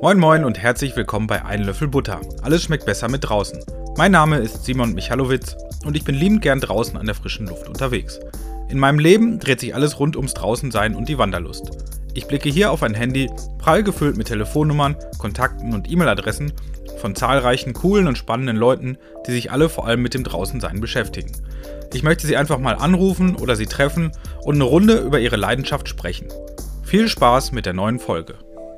Moin Moin und herzlich willkommen bei Ein Löffel Butter. Alles schmeckt besser mit draußen. Mein Name ist Simon Michalowitz und ich bin liebend gern draußen an der frischen Luft unterwegs. In meinem Leben dreht sich alles rund ums Draußensein und die Wanderlust. Ich blicke hier auf ein Handy, prall gefüllt mit Telefonnummern, Kontakten und E-Mail-Adressen von zahlreichen coolen und spannenden Leuten, die sich alle vor allem mit dem Draußensein beschäftigen. Ich möchte sie einfach mal anrufen oder sie treffen und eine Runde über ihre Leidenschaft sprechen. Viel Spaß mit der neuen Folge.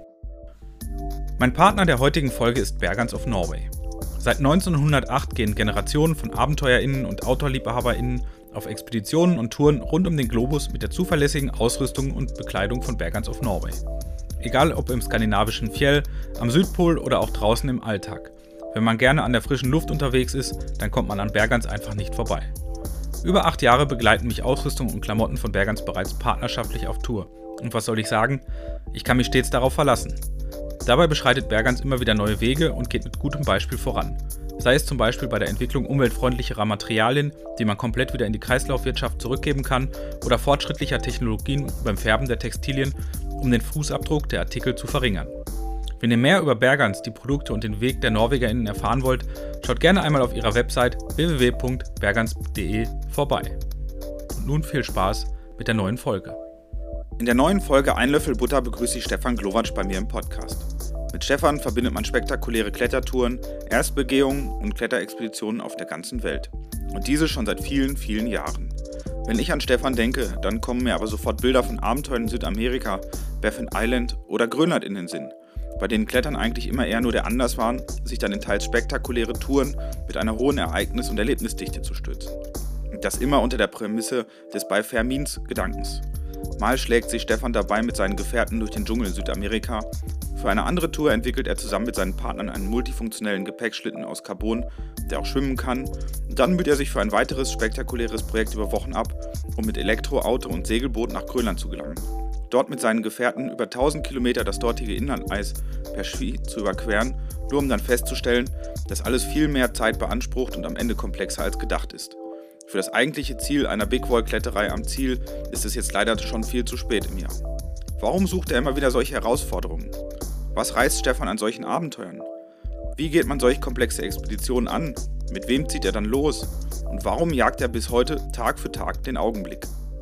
Mein Partner der heutigen Folge ist Bergans of Norway. Seit 1908 gehen Generationen von AbenteuerInnen und OutdoorliebhaberInnen auf Expeditionen und Touren rund um den Globus mit der zuverlässigen Ausrüstung und Bekleidung von Bergans of Norway. Egal ob im skandinavischen Fjell, am Südpol oder auch draußen im Alltag. Wenn man gerne an der frischen Luft unterwegs ist, dann kommt man an Bergans einfach nicht vorbei. Über 8 Jahre begleiten mich Ausrüstung und Klamotten von Bergans bereits partnerschaftlich auf Tour. Und was soll ich sagen? Ich kann mich stets darauf verlassen. Dabei beschreitet Bergans immer wieder neue Wege und geht mit gutem Beispiel voran. Sei es zum Beispiel bei der Entwicklung umweltfreundlicherer Materialien, die man komplett wieder in die Kreislaufwirtschaft zurückgeben kann, oder fortschrittlicher Technologien beim Färben der Textilien, um den Fußabdruck der Artikel zu verringern. Wenn ihr mehr über Bergans, die Produkte und den Weg der NorwegerInnen erfahren wollt, schaut gerne einmal auf ihrer Website www.bergans.de vorbei. Und nun viel Spaß mit der neuen Folge. In der neuen Folge Ein Löffel Butter begrüße ich Stefan Glowacz bei mir im Podcast. Mit Stefan verbindet man spektakuläre Klettertouren, Erstbegehungen und Kletterexpeditionen auf der ganzen Welt. Und diese schon seit vielen, vielen Jahren. Wenn ich an Stefan denke, dann kommen mir aber sofort Bilder von Abenteuern in Südamerika, Baffin Island oder Grönland in den Sinn, bei denen Klettern eigentlich immer eher nur der Anlass waren, sich dann in teils spektakuläre Touren mit einer hohen Ereignis- und Erlebnisdichte zu stürzen. Und das immer unter der Prämisse des bei Fermins Gedankens. Mal schlägt sich Stefan dabei mit seinen Gefährten durch den Dschungel in Südamerika. Für eine andere Tour entwickelt er zusammen mit seinen Partnern einen multifunktionellen Gepäckschlitten aus Carbon, der auch schwimmen kann. Und dann müht er sich für ein weiteres spektakuläres Projekt über Wochen ab, um mit Elektroauto und Segelboot nach Grönland zu gelangen. Dort mit seinen Gefährten über 1000 Kilometer das dortige Inlandeis per Ski zu überqueren, nur um dann festzustellen, dass alles viel mehr Zeit beansprucht und am Ende komplexer als gedacht ist. Für das eigentliche Ziel einer Big Wall-Kletterei am Ziel ist es jetzt leider schon viel zu spät im Jahr. Warum sucht er immer wieder solche Herausforderungen? Was reizt Stefan an solchen Abenteuern? Wie geht man solch komplexe Expeditionen an? Mit wem zieht er dann los? Und warum jagt er bis heute Tag für Tag den Augenblick?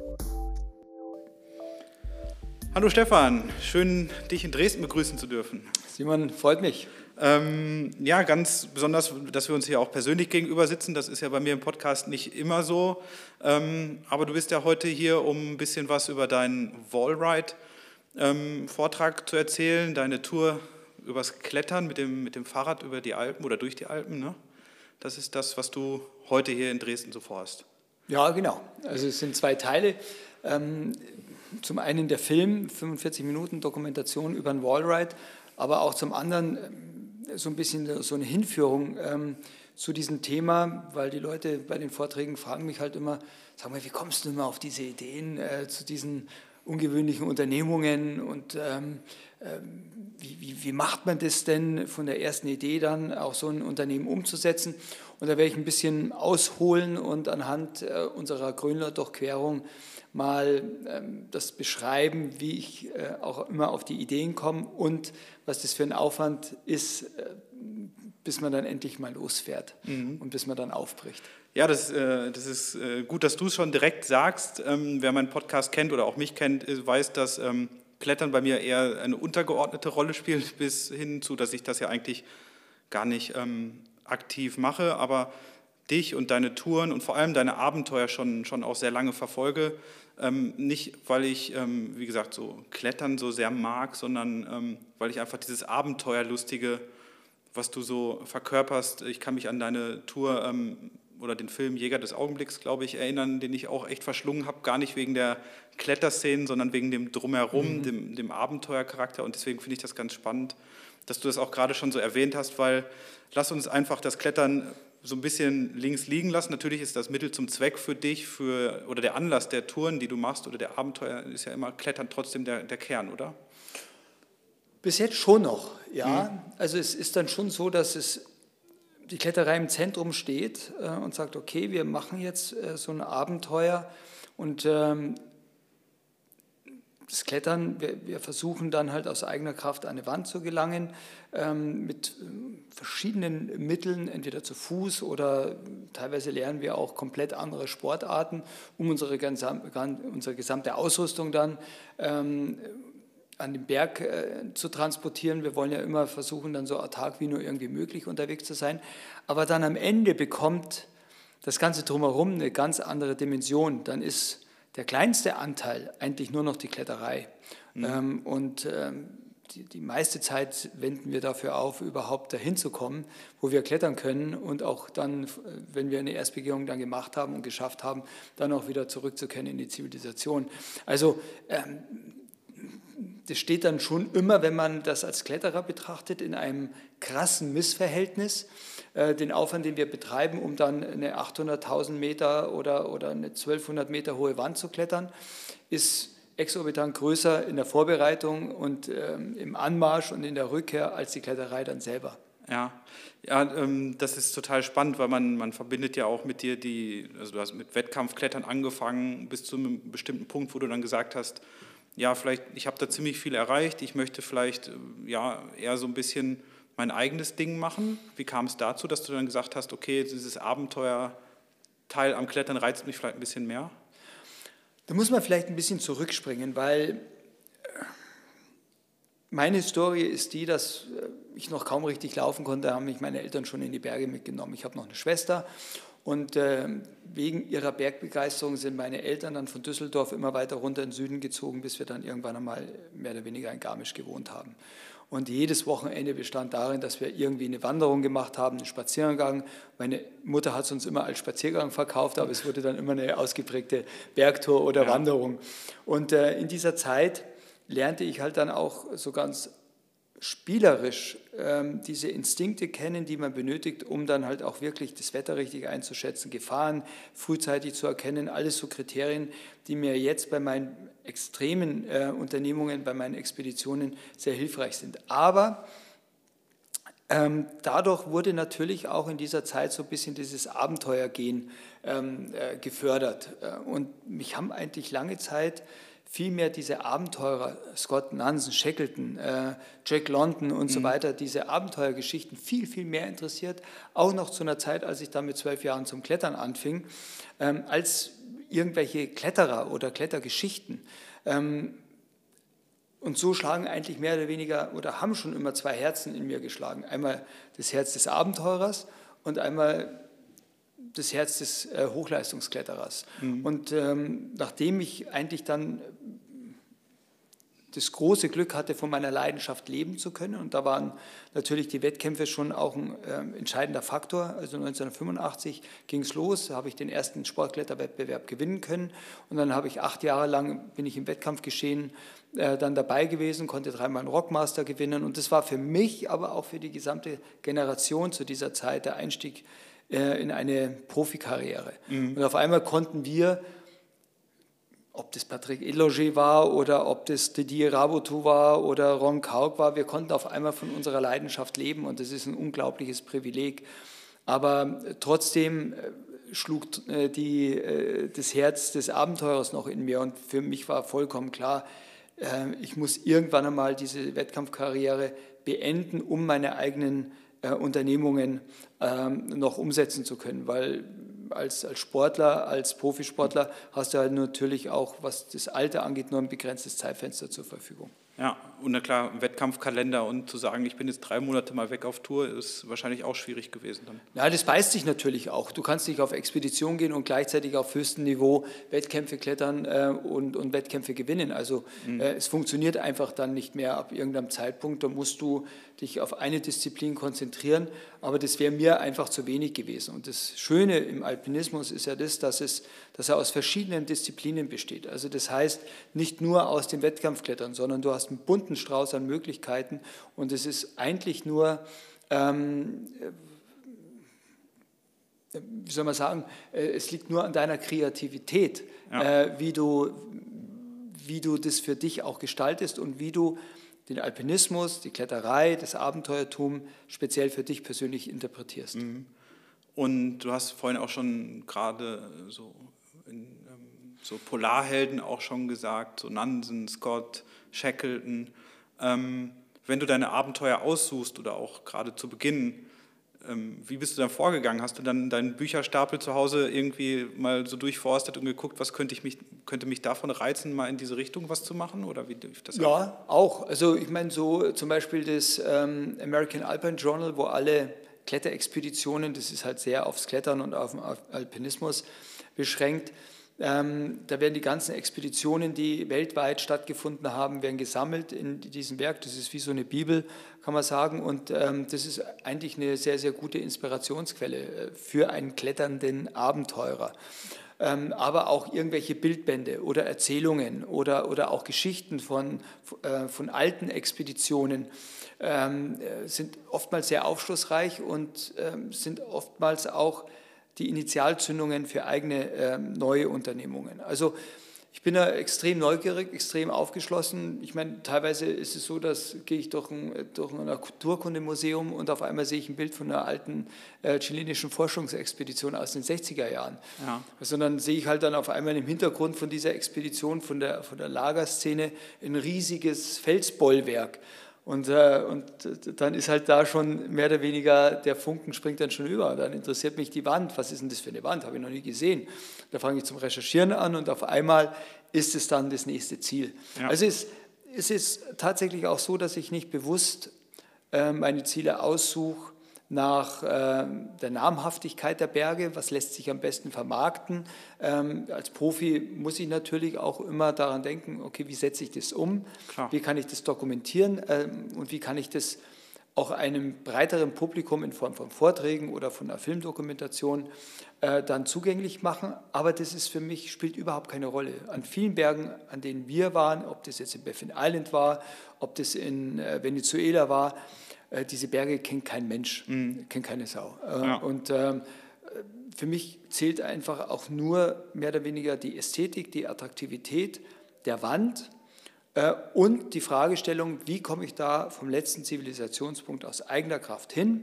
Hallo Stefan, schön dich in Dresden begrüßen zu dürfen. Simon, freut mich. Ja, ganz besonders, dass wir uns hier auch persönlich gegenüber sitzen. Das ist ja bei mir im Podcast nicht immer so. Aber du bist ja heute hier, um ein bisschen was über deinen Wallride-Vortrag zu erzählen, deine Tour übers Klettern mit dem Fahrrad über die Alpen oder durch die Alpen. Ne? Das ist das, was du heute hier in Dresden so vorhast. Ja, genau. Also es sind 2 Teile. Zum einen der Film, 45 Minuten Dokumentation über einen Wallride, aber auch zum anderen so ein bisschen so eine Hinführung zu diesem Thema, weil die Leute bei den Vorträgen fragen mich halt immer, sag mal, wie kommst du immer auf diese Ideen, zu diesen ungewöhnlichen Unternehmungen und wie macht man das denn von der ersten Idee dann auch so ein Unternehmen umzusetzen? Und da werde ich ein bisschen ausholen und anhand unserer Grönland-Durchquerung mal das beschreiben, wie ich auch immer auf die Ideen komme und was das für ein Aufwand ist, bis man dann endlich mal losfährt und bis man dann aufbricht. Ja, das ist gut, dass du es schon direkt sagst. Wer meinen Podcast kennt oder auch mich kennt, weiß, dass Klettern bei mir eher eine untergeordnete Rolle spielt, bis hin zu, dass ich das ja eigentlich gar nicht aktiv mache, aber dich und deine Touren und vor allem deine Abenteuer schon auch sehr lange verfolge. Nicht, weil ich, wie gesagt, so Klettern so sehr mag, sondern weil ich einfach dieses Abenteuerlustige, was du so verkörperst, ich kann mich an deine Tour oder den Film Jäger des Augenblicks, glaube ich, erinnern, den ich auch echt verschlungen habe, gar nicht wegen der Kletterszenen, sondern wegen dem Drumherum, dem Abenteuercharakter, und deswegen finde ich das ganz spannend, dass du das auch gerade schon so erwähnt hast, weil lass uns einfach das Klettern so ein bisschen links liegen lassen. Natürlich ist das Mittel zum Zweck für dich, oder der Anlass der Touren, die du machst, oder der Abenteuer, ist ja immer Klettern trotzdem der Kern, oder? Bis jetzt schon noch, ja. Also es ist dann schon so, dass die Kletterei im Zentrum steht und sagt, okay, wir machen jetzt so ein Abenteuer und das Klettern, wir versuchen dann halt aus eigener Kraft an eine Wand zu gelangen, mit verschiedenen Mitteln, entweder zu Fuß oder teilweise lernen wir auch komplett andere Sportarten, um unsere gesamte Ausrüstung dann an den Berg zu transportieren. Wir wollen ja immer versuchen, dann so autark wie nur irgendwie möglich unterwegs zu sein. Aber dann am Ende bekommt das Ganze drumherum eine ganz andere Dimension. Dann ist der kleinste Anteil eigentlich nur noch die Kletterei. Die meiste Zeit wenden wir dafür auf, überhaupt dahin zu kommen, wo wir klettern können und auch dann, wenn wir eine Erstbegehung dann gemacht haben und geschafft haben, dann auch wieder zurückzukehren in die Zivilisation. Also das steht dann schon immer, wenn man das als Kletterer betrachtet, in einem krassen Missverhältnis. Den Aufwand, den wir betreiben, um dann eine 800.000 Meter oder eine 1200 Meter hohe Wand zu klettern, ist exorbitant größer in der Vorbereitung und im Anmarsch und in der Rückkehr als die Kletterei dann selber. Ja, das ist total spannend, weil man verbindet ja auch mit dir also du hast mit Wettkampfklettern angefangen bis zu einem bestimmten Punkt, wo du dann gesagt hast, ja, vielleicht, ich habe da ziemlich viel erreicht, ich möchte vielleicht eher so ein bisschen mein eigenes Ding machen. Wie kam es dazu, dass du dann gesagt hast, okay, dieses Abenteuerteil am Klettern reizt mich vielleicht ein bisschen mehr? Da muss man vielleicht ein bisschen zurückspringen, weil meine Historie ist die, dass ich noch kaum richtig laufen konnte, haben mich meine Eltern schon in die Berge mitgenommen. Ich habe noch eine Schwester und wegen ihrer Bergbegeisterung sind meine Eltern dann von Düsseldorf immer weiter runter in den Süden gezogen, bis wir dann irgendwann einmal mehr oder weniger in Garmisch gewohnt haben. Und jedes Wochenende bestand darin, dass wir irgendwie eine Wanderung gemacht haben, einen Spaziergang. Meine Mutter hat es uns immer als Spaziergang verkauft, aber es wurde dann immer eine ausgeprägte Bergtour oder Wanderung. Und in dieser Zeit lernte ich halt dann auch so ganz spielerisch diese Instinkte kennen, die man benötigt, um dann halt auch wirklich das Wetter richtig einzuschätzen, Gefahren frühzeitig zu erkennen, alles so Kriterien, die mir jetzt bei meinen extremen Unternehmungen, bei meinen Expeditionen sehr hilfreich sind. Aber dadurch wurde natürlich auch in dieser Zeit so ein bisschen dieses Abenteuergehen gefördert. Und mich haben eigentlich lange Zeit vielmehr diese Abenteurer, Scott Nansen, Shackleton, Jack London und so weiter, diese Abenteuergeschichten viel, viel mehr interessiert, auch noch zu einer Zeit, als ich dann mit 12 Jahren zum Klettern anfing, als irgendwelche Kletterer oder Klettergeschichten. Und so schlagen eigentlich mehr oder weniger, oder haben schon immer zwei Herzen in mir geschlagen. Einmal das Herz des Abenteurers und einmal das Herz des Hochleistungskletterers. Und nachdem ich eigentlich dann das große Glück hatte, von meiner Leidenschaft leben zu können, und da waren natürlich die Wettkämpfe schon auch ein entscheidender Faktor. Also 1985 ging es los, da habe ich den ersten Sportkletterwettbewerb gewinnen können und dann habe ich 8 Jahre lang, bin ich im Wettkampfgeschehen dann dabei gewesen, konnte 3-mal einen Rockmaster gewinnen und das war für mich, aber auch für die gesamte Generation zu dieser Zeit der Einstieg in eine Profikarriere. Und auf einmal konnten wir, ob das Patrick Eloge war oder ob das Didier Rabotou war oder Ron Kauk war, wir konnten auf einmal von unserer Leidenschaft leben und das ist ein unglaubliches Privileg. Aber trotzdem schlug das Herz des Abenteurers noch in mir und für mich war vollkommen klar, ich muss irgendwann einmal diese Wettkampfkarriere beenden, um meine eigenen Unternehmungen noch umsetzen zu können, weil als Sportler, als Profisportler hast du halt natürlich auch, was das Alter angeht, nur ein begrenztes Zeitfenster zur Verfügung. Ja, und na klar, ein Wettkampfkalender und zu sagen, ich bin jetzt 3 Monate mal weg auf Tour, ist wahrscheinlich auch schwierig gewesen dann. Ja, das beißt sich natürlich auch. Du kannst nicht auf Expedition gehen und gleichzeitig auf höchstem Niveau Wettkämpfe klettern und Wettkämpfe gewinnen. Also es funktioniert einfach dann nicht mehr ab irgendeinem Zeitpunkt. Da musst du dich auf eine Disziplin konzentrieren, aber das wäre mir einfach zu wenig gewesen. Und das Schöne im Alpinismus ist ja das, dass er aus verschiedenen Disziplinen besteht. Also das heißt, nicht nur aus dem Wettkampfklettern, sondern du hast einen bunten Strauß an Möglichkeiten und es ist eigentlich nur, wie soll man sagen, es liegt nur an deiner Kreativität, wie du das für dich auch gestaltest und wie du den Alpinismus, die Kletterei, das Abenteuertum speziell für dich persönlich interpretierst. Und du hast vorhin auch schon gerade so so Polarhelden auch schon gesagt, so Nansen, Scott, Shackleton. Wenn du deine Abenteuer aussuchst oder auch gerade zu Beginn, wie bist du dann vorgegangen? Hast du dann deinen Bücherstapel zu Hause irgendwie mal so durchforstet und geguckt, was könnte mich davon reizen, mal in diese Richtung was zu machen? Oder wie lief das ab? Ja, auch. Also ich meine, so zum Beispiel das American Alpine Journal, wo alle Kletterexpeditionen, das ist halt sehr aufs Klettern und auf den Alpinismus beschränkt, da werden die ganzen Expeditionen, die weltweit stattgefunden haben, werden gesammelt in diesem Werk. Das ist wie so eine Bibel, kann man sagen. Und das ist eigentlich eine sehr, sehr gute Inspirationsquelle für einen kletternden Abenteurer. Aber auch irgendwelche Bildbände oder Erzählungen oder auch Geschichten von alten Expeditionen sind oftmals sehr aufschlussreich und sind oftmals auch die Initialzündungen für eigene neue Unternehmungen. Also ich bin da extrem neugierig, extrem aufgeschlossen. Ich meine, teilweise ist es so, dass gehe ich durch ein Naturkundemuseum und auf einmal sehe ich ein Bild von einer alten chilenischen Forschungsexpedition aus den 60er Jahren. Ja. Also dann sehe ich halt dann auf einmal im Hintergrund von dieser Expedition, von der Lagerszene, ein riesiges Felsbollwerk. Und dann ist halt da schon mehr oder weniger, der Funken springt dann schon über. Dann interessiert mich die Wand. Was ist denn das für eine Wand? Habe ich noch nie gesehen. Da fange ich zum Recherchieren an und auf einmal ist es dann das nächste Ziel. Ja. Also es ist tatsächlich auch so, dass ich nicht bewusst meine Ziele aussuche nach der Namhaftigkeit der Berge, was lässt sich am besten vermarkten. Als Profi muss ich natürlich auch immer daran denken, okay, wie setze ich das um, Klar. Wie kann ich das dokumentieren und wie kann ich das auch einem breiteren Publikum in Form von Vorträgen oder von einer Filmdokumentation dann zugänglich machen. Aber das ist für mich, spielt überhaupt keine Rolle. An vielen Bergen, an denen wir waren, ob das jetzt in Baffin Island war, ob das in Venezuela war, diese Berge kennt kein Mensch, kennt keine Sau. Ja. Und für mich zählt einfach auch nur mehr oder weniger die Ästhetik, die Attraktivität der Wand und die Fragestellung, wie komme ich da vom letzten Zivilisationspunkt aus eigener Kraft hin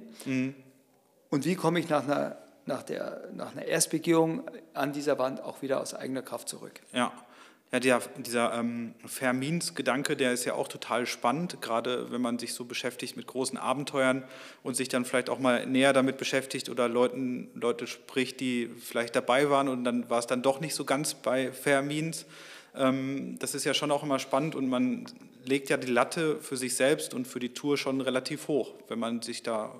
und wie komme ich nach einer Erstbegehung an dieser Wand auch wieder aus eigener Kraft zurück. Ja. Ja, dieser Vermeens-Gedanke, der ist ja auch total spannend, gerade wenn man sich so beschäftigt mit großen Abenteuern und sich dann vielleicht auch mal näher damit beschäftigt oder Leute spricht, die vielleicht dabei waren und dann war es dann doch nicht so ganz bei Vermeens. Das ist ja schon auch immer spannend und man legt ja die Latte für sich selbst und für die Tour schon relativ hoch, wenn man sich da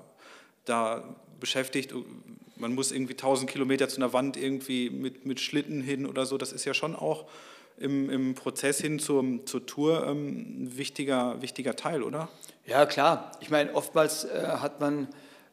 beschäftigt. Man muss irgendwie 1000 Kilometer zu einer Wand irgendwie mit Schlitten hin oder so, das ist ja schon auch im Prozess hin zur Tour ein wichtiger Teil, oder? Ja, klar. Ich meine, oftmals hat man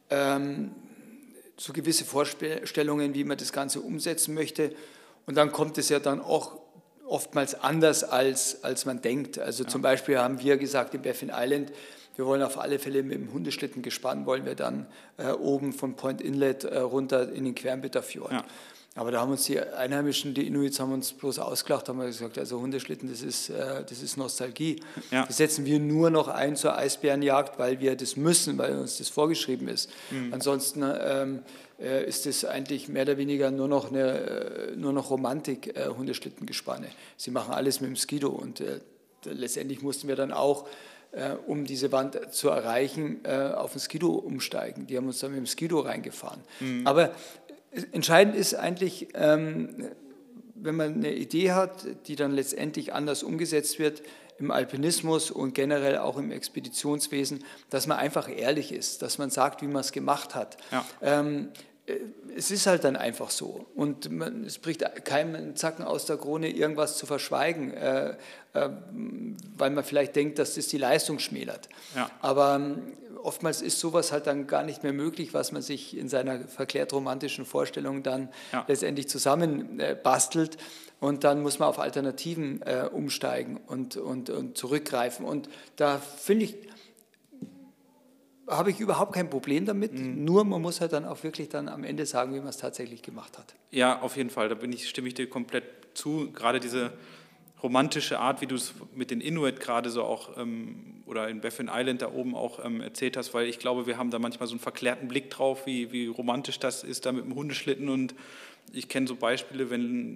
so gewisse Vorstellungen, wie man das Ganze umsetzen möchte. Und dann kommt es ja dann auch oftmals anders, als man denkt. Also zum Beispiel haben wir gesagt, in Baffin Island, wir wollen auf alle Fälle mit dem Hundeschlitten gespannt, wollen wir dann oben von Point Inlet runter in den Quernbitterfjord. Ja. Aber da haben uns die Einheimischen, die Inuits, haben uns bloß ausgelacht, haben gesagt, also Hundeschlitten, das ist Nostalgie. Ja. Das setzen wir nur noch ein zur Eisbärenjagd, weil wir das müssen, weil uns das vorgeschrieben ist. Ansonsten ist es eigentlich mehr oder weniger nur noch Romantik, Hundeschlittengespanne. Sie machen alles mit dem Skido und letztendlich mussten wir dann auch, um diese Wand zu erreichen, auf den Skido umsteigen. Die haben uns dann mit dem Skido reingefahren. Aber entscheidend ist eigentlich, wenn man eine Idee hat, die dann letztendlich anders umgesetzt wird im Alpinismus und generell auch im Expeditionswesen, dass man einfach ehrlich ist, dass man sagt, wie man es gemacht hat. Ja. Es ist halt dann einfach so und es bricht keinem einen Zacken aus der Krone, irgendwas zu verschweigen, weil man vielleicht denkt, dass das die Leistung schmälert. Ja. Aber oftmals ist sowas halt dann gar nicht mehr möglich, was man sich in seiner verklärt romantischen Vorstellung dann letztendlich zusammenbastelt. Und dann muss man auf Alternativen umsteigen und zurückgreifen. Und da finde ich, habe ich überhaupt kein Problem damit, nur man muss halt dann auch wirklich dann am Ende sagen, wie man es tatsächlich gemacht hat. Ja, auf jeden Fall, stimme ich dir komplett zu. Gerade diese romantische Art, wie du es mit den Inuit gerade so auch oder in Baffin Island da oben auch erzählt hast, weil ich glaube, wir haben da manchmal so einen verklärten Blick drauf, wie romantisch das ist da mit dem Hundeschlitten und ich kenne so Beispiele, wenn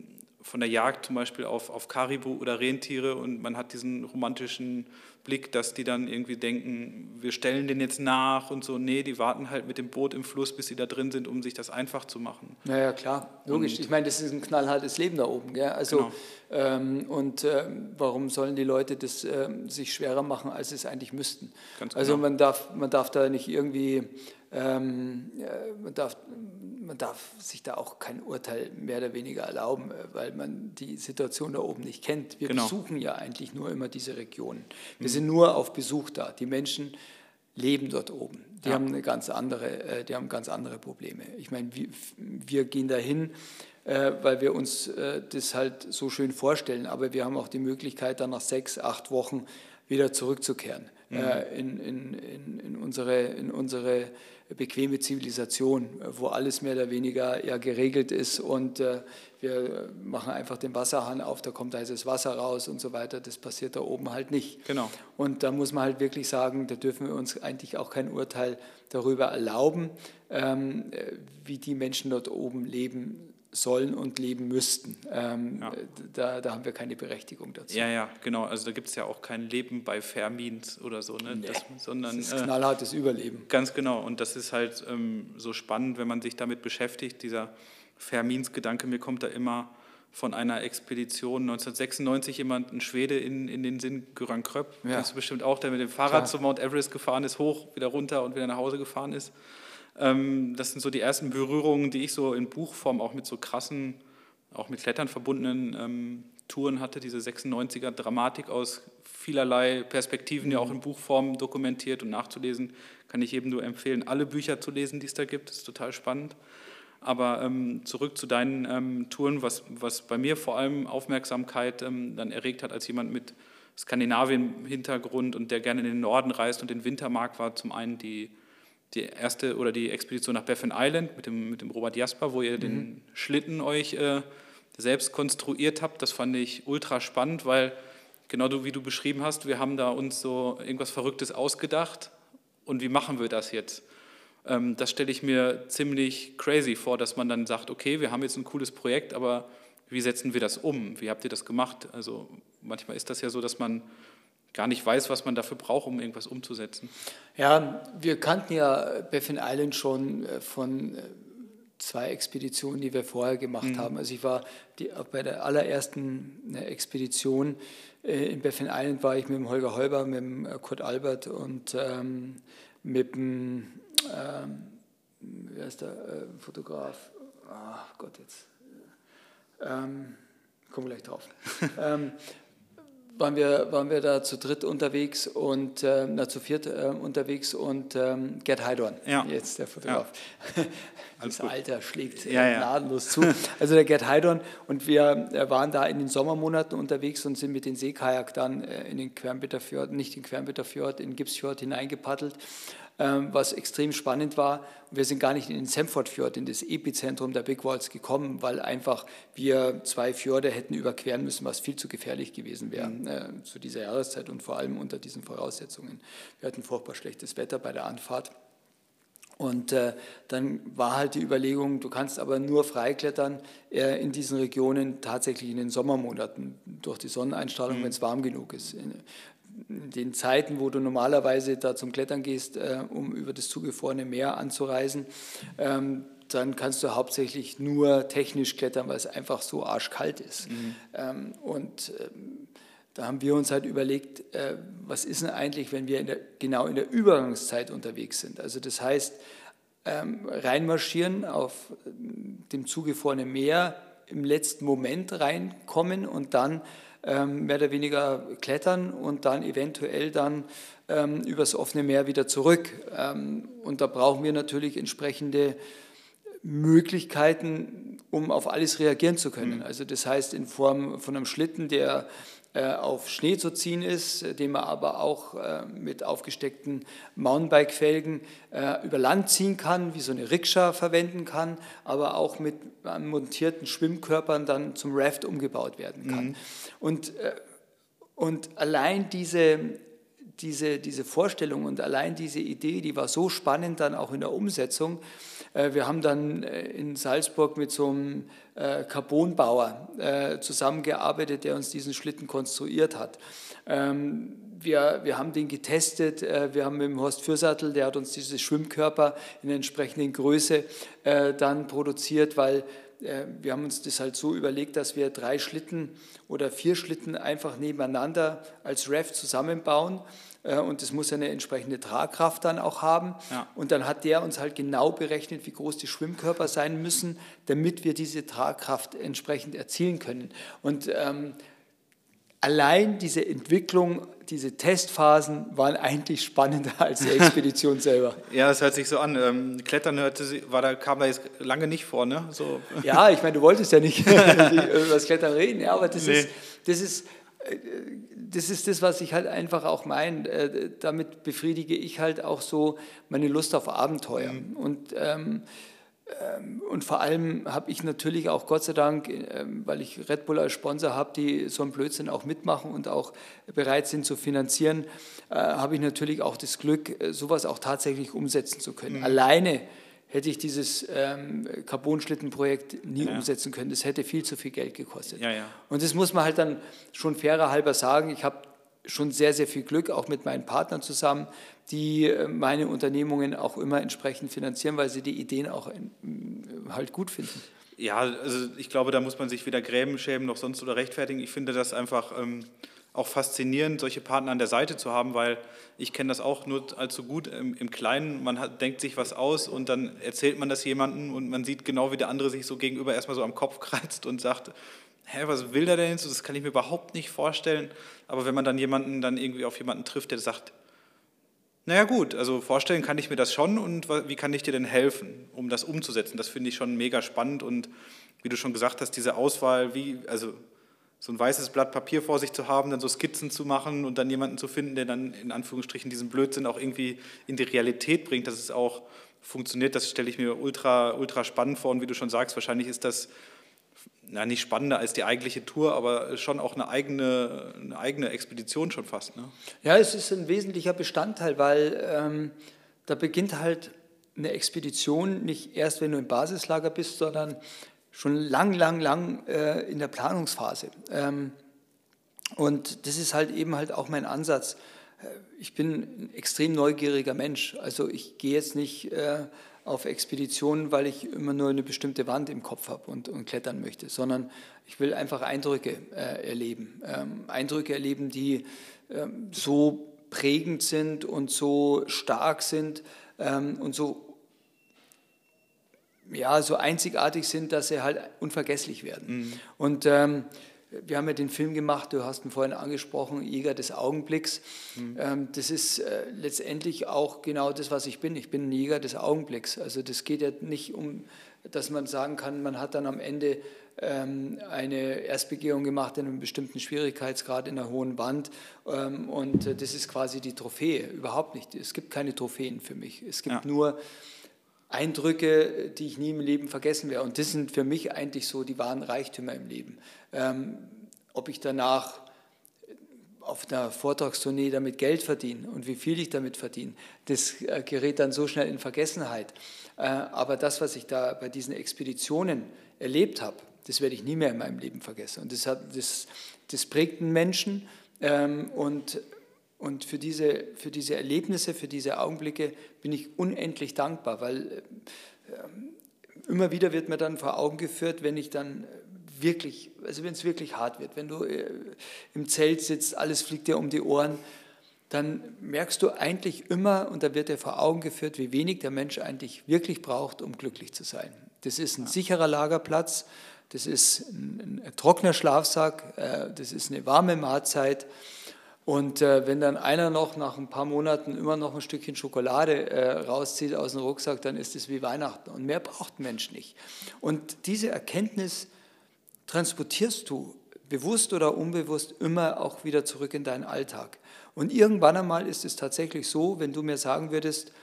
von der Jagd zum Beispiel auf Karibu oder Rentiere und man hat diesen romantischen Blick, dass die dann irgendwie denken, wir stellen den jetzt nach und so. Nee, die warten halt mit dem Boot im Fluss, bis sie da drin sind, um sich das einfach zu machen. Naja, klar, logisch. Ich meine, das ist ein knallhartes Leben da oben. Gell? Also, genau. Warum sollen die Leute das sich schwerer machen, als sie es eigentlich müssten? Ganz genau. Also man darf da nicht irgendwie, man darf sich da auch kein Urteil mehr oder weniger erlauben, weil man die Situation da oben nicht kennt. Wir besuchen ja eigentlich nur immer diese Regionen. Wir sind nur auf Besuch da. Die Menschen leben dort oben. Die haben ganz andere Probleme. Ich meine, wir gehen dahin, weil wir uns das halt so schön vorstellen, aber wir haben auch die Möglichkeit, dann nach 6, 8 Wochen wieder zurückzukehren in unsere bequeme Zivilisation, wo alles mehr oder weniger geregelt ist und wir machen einfach den Wasserhahn auf, da kommt heißes Wasser raus und so weiter. Das passiert da oben halt nicht. Genau. Und da muss man halt wirklich sagen, da dürfen wir uns eigentlich auch kein Urteil darüber erlauben, wie die Menschen dort oben leben sollen und leben müssten. Da haben wir keine Berechtigung dazu. Ja, genau. Also da gibt es ja auch kein Leben bei Vermint oder so. Ne? Nee, sondern das ist knallhartes Überleben. Ganz genau. Und das ist halt so spannend, wenn man sich damit beschäftigt, dieser Vermins-Gedanke. Mir kommt da immer von einer Expedition 1996 ein Schwede in den Sinn, Göran Kröpp. Ja. Das ist bestimmt auch, der mit dem Fahrrad zu Mount Everest gefahren ist, hoch, wieder runter und wieder nach Hause gefahren ist. Das sind so die ersten Berührungen, die ich so in Buchform auch mit so krassen, auch mit Klettern verbundenen Touren hatte, diese 96er Dramatik aus vielerlei Perspektiven, ja auch in Buchform dokumentiert und nachzulesen, kann ich eben nur empfehlen, alle Bücher zu lesen, die es da gibt, das ist total spannend. Aber zurück zu deinen Touren, was bei mir vor allem Aufmerksamkeit dann erregt hat, als jemand mit Skandinavien-Hintergrund und der gerne in den Norden reist und den Winter mag, war zum einen die erste oder die Expedition nach Baffin Island mit dem Robert Jasper, wo ihr den Schlitten euch selbst konstruiert habt. Das fand ich ultra spannend, weil genau wie du beschrieben hast, wir haben da uns so irgendwas Verrücktes ausgedacht und wie machen wir das jetzt? Das stelle ich mir ziemlich crazy vor, dass man dann sagt, okay, wir haben jetzt ein cooles Projekt, aber wie setzen wir das um? Wie habt ihr das gemacht? Also manchmal ist das ja so, dass man gar nicht weiß, was man dafür braucht, um irgendwas umzusetzen. Ja, wir kannten ja Baffin Island schon von 2 Expeditionen, die wir vorher gemacht haben. Also ich war bei der allerersten Expedition in Baffin Island war ich mit dem Holger Heuber, mit dem Kurt Albert und mit dem wer ist der Fotograf? Ach Gott, jetzt kommen wir gleich drauf. Waren wir da zu dritt unterwegs und zu viert unterwegs und Gerd Heidorn, jetzt der Fotograf. Ja. Das Alter schlägt gnadenlos zu. Also der Gerd Heidorn und wir waren da in den Sommermonaten unterwegs und sind mit dem Seekajak dann in den Quernbitterfjord, nicht den Quernbitterfjord, in den Gipsfjord hineingepaddelt, was extrem spannend war. Wir sind gar nicht in den Semfordfjord, in das Epizentrum der Big Walls gekommen, weil einfach wir 2 Fjorde hätten überqueren müssen, was viel zu gefährlich gewesen wäre zu dieser Jahreszeit und vor allem unter diesen Voraussetzungen. Wir hatten furchtbar schlechtes Wetter bei der Anfahrt. Und dann war halt die Überlegung, du kannst aber nur freiklettern in diesen Regionen tatsächlich in den Sommermonaten durch die Sonneneinstrahlung, wenn es warm genug ist. In den Zeiten, wo du normalerweise da zum Klettern gehst, um über das zugefrorene Meer anzureisen, dann kannst du hauptsächlich nur technisch klettern, weil es einfach so arschkalt ist. Da haben wir uns halt überlegt, was ist denn eigentlich, wenn wir genau in der Übergangszeit unterwegs sind. Also das heißt, reinmarschieren auf dem zugefrorenen Meer, im letzten Moment reinkommen und dann mehr oder weniger klettern und dann eventuell dann übers offene Meer wieder zurück. Und da brauchen wir natürlich entsprechende Möglichkeiten, um auf alles reagieren zu können. Also das heißt in Form von einem Schlitten, der auf Schnee zu ziehen ist, den man aber auch mit aufgesteckten Mountainbike-Felgen über Land ziehen kann, wie so eine Rikscha verwenden kann, aber auch mit montierten Schwimmkörpern dann zum Raft umgebaut werden kann. Und allein diese diese Vorstellung und allein diese Idee, die war so spannend dann auch in der Umsetzung. Wir haben dann in Salzburg mit so einem Carbonbauer zusammengearbeitet, der uns diesen Schlitten konstruiert hat. Wir haben den getestet, wir haben mit dem Horst Fürsattel, der hat uns diese Schwimmkörper in der entsprechenden Größe dann produziert, weil wir haben uns das halt so überlegt, dass wir 3 Schlitten oder 4 Schlitten einfach nebeneinander als Raft zusammenbauen und das muss eine entsprechende Tragkraft dann auch haben. Ja. Und dann hat der uns halt genau berechnet, wie groß die Schwimmkörper sein müssen, damit wir diese Tragkraft entsprechend erzielen können. Und allein diese Entwicklung, diese Testphasen waren eigentlich spannender als die Expedition selber. Ja, das hört sich so an. Klettern kam da jetzt lange nicht vor, ne? So. Ja, ich meine, du wolltest ja nicht über das Klettern reden, ja, aber das ist das, was ich halt einfach auch meine. Damit befriedige ich halt auch so meine Lust auf Abenteuer. Und vor allem habe ich natürlich auch, Gott sei Dank, weil ich Red Bull als Sponsor habe, die so einen Blödsinn auch mitmachen und auch bereit sind zu finanzieren, habe ich natürlich auch das Glück, sowas auch tatsächlich umsetzen zu können. Alleine hätte ich dieses Carbon-Schlitten-Projekt nie umsetzen können. Das hätte viel zu viel Geld gekostet. Ja, ja. Und das muss man halt dann schon fairer halber sagen. Ich habe schon sehr, sehr viel Glück, auch mit meinen Partnern zusammen, die meine Unternehmungen auch immer entsprechend finanzieren, weil sie die Ideen auch halt gut finden. Ja, also ich glaube, da muss man sich weder grämen, schämen noch sonst oder rechtfertigen. Ich finde das einfach auch faszinierend, solche Partner an der Seite zu haben, weil ich kenne das auch nur allzu gut im Kleinen. Man denkt sich was aus und dann erzählt man das jemandem und man sieht genau, wie der andere sich so gegenüber erstmal so am Kopf kratzt und sagt, hä, was will der denn jetzt? Das kann ich mir überhaupt nicht vorstellen. Aber wenn man dann irgendwie auf jemanden trifft, der sagt, naja gut, also vorstellen kann ich mir das schon und wie kann ich dir denn helfen, um das umzusetzen? Das finde ich schon mega spannend und wie du schon gesagt hast, diese Auswahl, also so ein weißes Blatt Papier vor sich zu haben, dann so Skizzen zu machen und dann jemanden zu finden, der dann in Anführungsstrichen diesen Blödsinn auch irgendwie in die Realität bringt, dass es auch funktioniert, das stelle ich mir ultra, ultra spannend vor und wie du schon sagst, wahrscheinlich ist das nicht spannender als die eigentliche Tour, aber schon auch eine eigene Expedition schon fast. Ne? Ja, es ist ein wesentlicher Bestandteil, weil da beginnt halt eine Expedition nicht erst, wenn du im Basislager bist, sondern schon lang in der Planungsphase. Und das ist halt eben halt auch mein Ansatz. Ich bin ein extrem neugieriger Mensch, also ich gehe jetzt nicht auf Expeditionen, weil ich immer nur eine bestimmte Wand im Kopf habe und klettern möchte, sondern ich will einfach Eindrücke erleben. Eindrücke erleben, die so prägend sind und so stark sind und so einzigartig sind, dass sie halt unvergesslich werden. Mhm. Und wir haben ja den Film gemacht, du hast ihn vorhin angesprochen, Jäger des Augenblicks. Mhm. Das ist letztendlich auch genau das, was ich bin. Ich bin ein Jäger des Augenblicks. Also das geht ja nicht um, dass man sagen kann, man hat dann am Ende eine Erstbegehung gemacht in einem bestimmten Schwierigkeitsgrad in einer hohen Wand und das ist quasi die Trophäe. Überhaupt nicht. Es gibt keine Trophäen für mich. Es gibt nur Eindrücke, die ich nie im Leben vergessen werde. Und das sind für mich eigentlich so die wahren Reichtümer im Leben. Ob ich danach auf einer Vortragstournee damit Geld verdiene und wie viel ich damit verdiene, das gerät dann so schnell in Vergessenheit. Aber das, was ich da bei diesen Expeditionen erlebt habe, das werde ich nie mehr in meinem Leben vergessen. Und das prägt einen Menschen und für diese Erlebnisse, für diese Augenblicke bin ich unendlich dankbar, weil immer wieder wird mir dann vor Augen geführt, wenn ich dann wirklich, also wenn es wirklich hart wird, wenn du im Zelt sitzt, alles fliegt dir um die Ohren, dann merkst du eigentlich immer, und da wird dir vor Augen geführt, wie wenig der Mensch eigentlich wirklich braucht, um glücklich zu sein. Das ist ein sicherer Lagerplatz, das ist ein trockener Schlafsack, das ist eine warme Mahlzeit. Und wenn dann einer noch nach ein paar Monaten immer noch ein Stückchen Schokolade rauszieht aus dem Rucksack, dann ist es wie Weihnachten. Und mehr braucht ein Mensch nicht. Und diese Erkenntnis transportierst du, bewusst oder unbewusst, immer auch wieder zurück in deinen Alltag. Und irgendwann einmal ist es tatsächlich so, wenn du mir sagen würdest,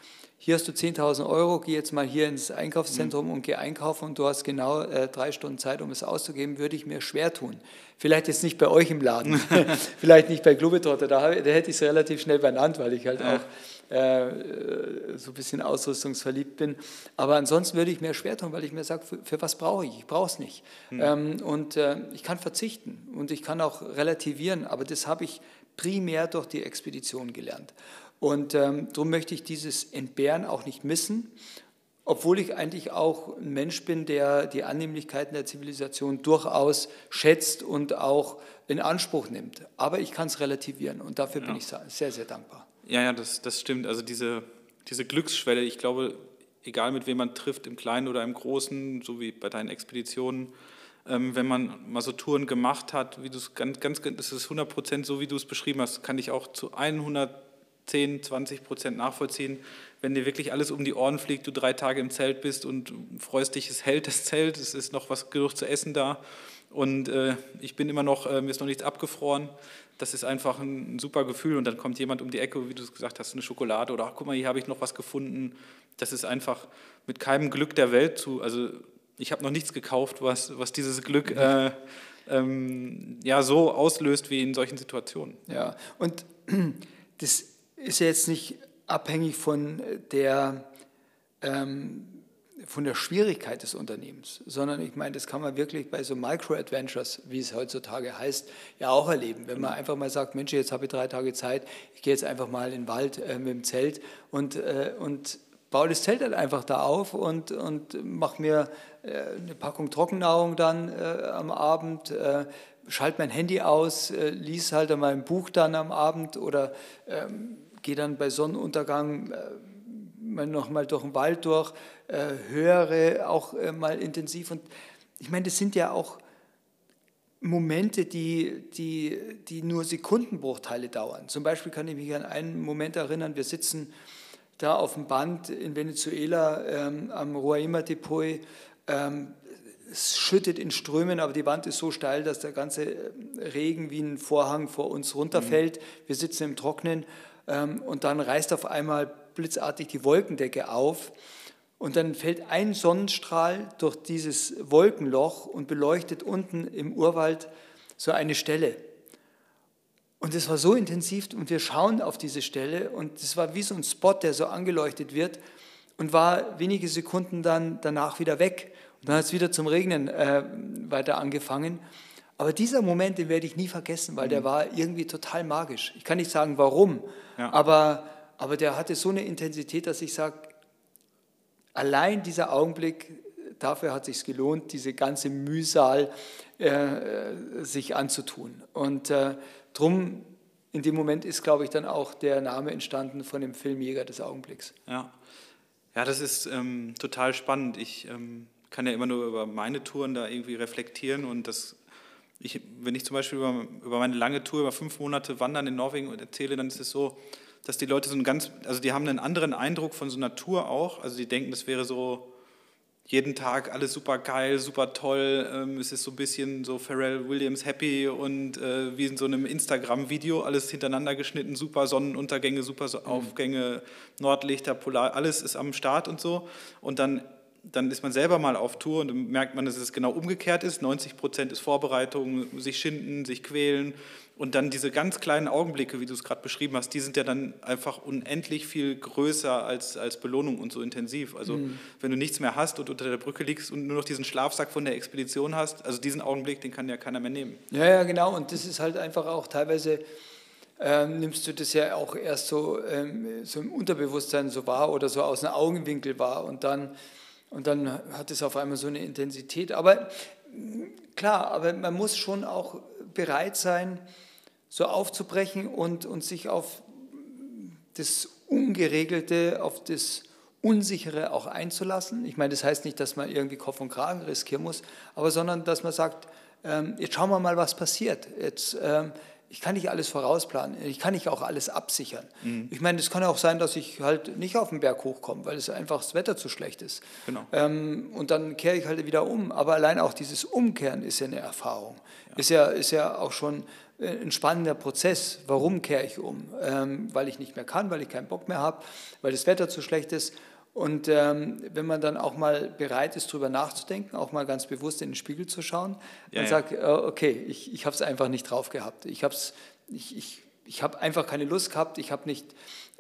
hier hast du 10.000 Euro, geh jetzt mal hier ins Einkaufszentrum und geh einkaufen und du hast genau 3 Stunden Zeit, um es auszugeben, würde ich mir schwer tun. Vielleicht jetzt nicht bei euch im Laden, vielleicht nicht bei Globetrotter, da hätte ich es relativ schnell benannt, weil ich halt auch so ein bisschen ausrüstungsverliebt bin. Aber ansonsten würde ich mir schwer tun, weil ich mir sage, für was brauche ich? Ich brauche es nicht. Ich kann verzichten und ich kann auch relativieren, aber das habe ich primär durch die Expedition gelernt. Und darum möchte ich dieses Entbehren auch nicht missen, obwohl ich eigentlich auch ein Mensch bin, der die Annehmlichkeiten der Zivilisation durchaus schätzt und auch in Anspruch nimmt. Aber ich kann es relativieren und dafür bin ich sehr, sehr dankbar. Ja, das stimmt. Also diese Glücksschwelle, ich glaube, egal mit wem man trifft, im Kleinen oder im Großen, so wie bei deinen Expeditionen, wenn man mal so Touren gemacht hat, wie du es das ist 100% so, wie du es beschrieben hast, kann ich auch zu 110-20% nachvollziehen. Wenn dir wirklich alles um die Ohren fliegt, du 3 Tage im Zelt bist und freust dich, es hält das Zelt, es ist noch was genug zu essen da und ich bin immer noch, mir ist noch nichts abgefroren. Das ist einfach ein super Gefühl und dann kommt jemand um die Ecke, wie du es gesagt hast, eine Schokolade oder ach, guck mal, hier habe ich noch was gefunden. Das ist einfach mit keinem Glück der Welt zu, also ich habe noch nichts gekauft, was dieses Glück so auslöst wie in solchen Situationen. Ja, und das ist ja jetzt nicht abhängig von der Schwierigkeit des Unternehmens, sondern ich meine, das kann man wirklich bei so Micro-Adventures, wie es heutzutage heißt, ja auch erleben. Wenn man einfach mal sagt, Mensch, jetzt habe ich 3 Tage Zeit, ich gehe jetzt einfach mal in den Wald mit dem Zelt und baue das Zelt halt einfach da auf und mache mir eine Packung Trockennahrung dann am Abend, schalte mein Handy aus, lies halt einmal ein Buch dann am Abend oder gehe dann bei Sonnenuntergang noch mal durch den Wald durch, höre auch mal intensiv. Und ich meine, das sind ja auch Momente, die nur Sekundenbruchteile dauern. Zum Beispiel kann ich mich an einen Moment erinnern, wir sitzen da auf dem Band in Venezuela am Roraima-Depot. Es schüttet in Strömen, aber die Wand ist so steil, dass der ganze Regen wie ein Vorhang vor uns runterfällt. Wir sitzen im Trocknen und dann reißt auf einmal blitzartig die Wolkendecke auf und dann fällt ein Sonnenstrahl durch dieses Wolkenloch und beleuchtet unten im Urwald so eine Stelle. Und es war so intensiv und wir schauen auf diese Stelle und es war wie so ein Spot, der so angeleuchtet wird und war wenige Sekunden dann danach wieder weg. Und dann hat es wieder zum Regnen weiter angefangen. Aber dieser Moment, den werde ich nie vergessen, weil der war irgendwie total magisch. Ich kann nicht sagen, warum, aber der hatte so eine Intensität, dass ich sage, allein dieser Augenblick, dafür hat es sich gelohnt, diese ganze Mühsal sich anzutun. Und drum, in dem Moment ist, glaube ich, dann auch der Name entstanden von dem Film Jäger des Augenblicks. Ja, das ist total spannend. Ich kann ja immer nur über meine Touren da irgendwie reflektieren und wenn ich zum Beispiel über meine lange Tour, über 5 Monate Wandern in Norwegen erzähle, dann ist es so, dass die Leute die haben einen anderen Eindruck von so einer Tour auch, also die denken, das wäre so jeden Tag alles super geil, super toll, es ist so ein bisschen so Pharrell Williams happy und wie in so einem Instagram-Video, alles hintereinander geschnitten, super Sonnenuntergänge, super Aufgänge, Nordlichter, Polar, alles ist am Start und so und dann ist man selber mal auf Tour und dann merkt man, dass es genau umgekehrt ist, 90% ist Vorbereitung, sich schinden, sich quälen und dann diese ganz kleinen Augenblicke, wie du es gerade beschrieben hast, die sind ja dann einfach unendlich viel größer als Belohnung und so intensiv. Also wenn du nichts mehr hast und unter der Brücke liegst und nur noch diesen Schlafsack von der Expedition hast, also diesen Augenblick, den kann ja keiner mehr nehmen. Ja, genau und das ist halt einfach auch teilweise, nimmst du das ja auch erst so im Unterbewusstsein so wahr oder so aus einem Augenwinkel wahr und dann hat es auf einmal so eine Intensität. Aber klar, aber man muss schon auch bereit sein, so aufzubrechen und sich auf das Ungeregelte, auf das Unsichere auch einzulassen. Ich meine, das heißt nicht, dass man irgendwie Kopf und Kragen riskieren muss, aber sondern, dass man sagt, jetzt schauen wir mal, was passiert. Ich kann nicht alles vorausplanen, ich kann nicht auch alles absichern. Ich meine, es kann ja auch sein, dass ich halt nicht auf den Berg hochkomme, weil es einfach das Wetter zu schlecht ist. Genau. Und dann kehre ich halt wieder um. Aber allein auch dieses Umkehren ist ja eine Erfahrung. Ist ja auch schon ein spannender Prozess. Warum kehre ich um? Weil ich nicht mehr kann, weil ich keinen Bock mehr habe, weil das Wetter zu schlecht ist. Und wenn man dann auch mal bereit ist, darüber nachzudenken, auch mal ganz bewusst in den Spiegel zu schauen und sagt, okay, ich habe es einfach nicht drauf gehabt. Ich habe einfach keine Lust gehabt, ich habe nicht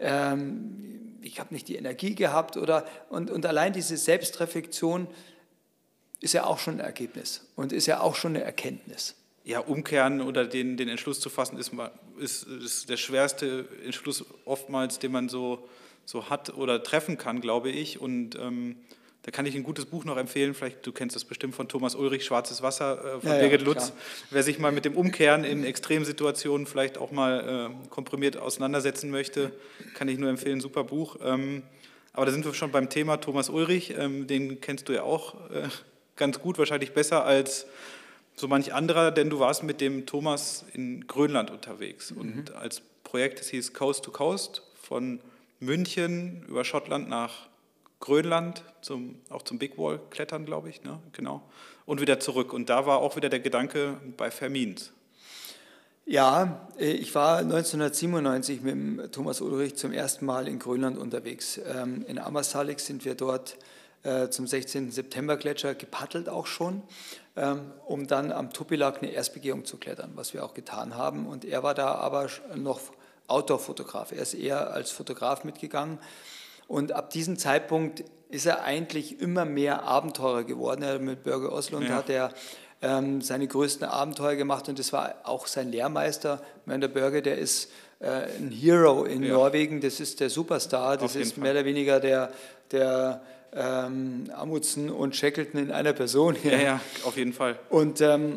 die Energie gehabt. Und allein diese Selbstreflexion ist ja auch schon ein Ergebnis und ist ja auch schon eine Erkenntnis. Ja, umkehren oder den Entschluss zu fassen, ist der schwerste Entschluss oftmals, den man so hat oder treffen kann, glaube ich. Und da kann ich ein gutes Buch noch empfehlen, vielleicht, du kennst das bestimmt von Thomas Ulrich, Schwarzes Wasser von Birgit Lutz. Klar. Wer sich mal mit dem Umkehren in Extremsituationen vielleicht auch mal komprimiert auseinandersetzen möchte, kann ich nur empfehlen, super Buch. Aber da sind wir schon beim Thema Thomas Ulrich, den kennst du ja auch ganz gut, wahrscheinlich besser als so manch anderer, denn du warst mit dem Thomas in Grönland unterwegs. Und als Projekt, das hieß Coast to Coast, von München über Schottland nach Grönland, auch zum Big Wall klettern, glaube ich, ne? Genau. Und wieder zurück. Und da war auch wieder der Gedanke bei Vermins. Ja, ich war 1997 mit dem Thomas Ulrich zum ersten Mal in Grönland unterwegs. In Ammassalik sind wir dort zum 16. September-Gletscher gepaddelt auch schon, um dann am Tupilak eine Erstbegehung zu klettern, was wir auch getan haben. Und er war da aber noch Outdoor-Fotograf. Er ist eher als Fotograf mitgegangen. Und ab diesem Zeitpunkt ist er eigentlich immer mehr Abenteurer geworden. Mit Børge Oslund hat er seine größten Abenteuer gemacht und das war auch sein Lehrmeister. Ich meine, der Børge, der ist ein Hero in Norwegen, das ist der Superstar, das ist mehr oder weniger der Amundsen und Shackleton in einer Person. Ja, auf jeden Fall. Und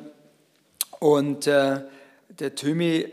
der Tömi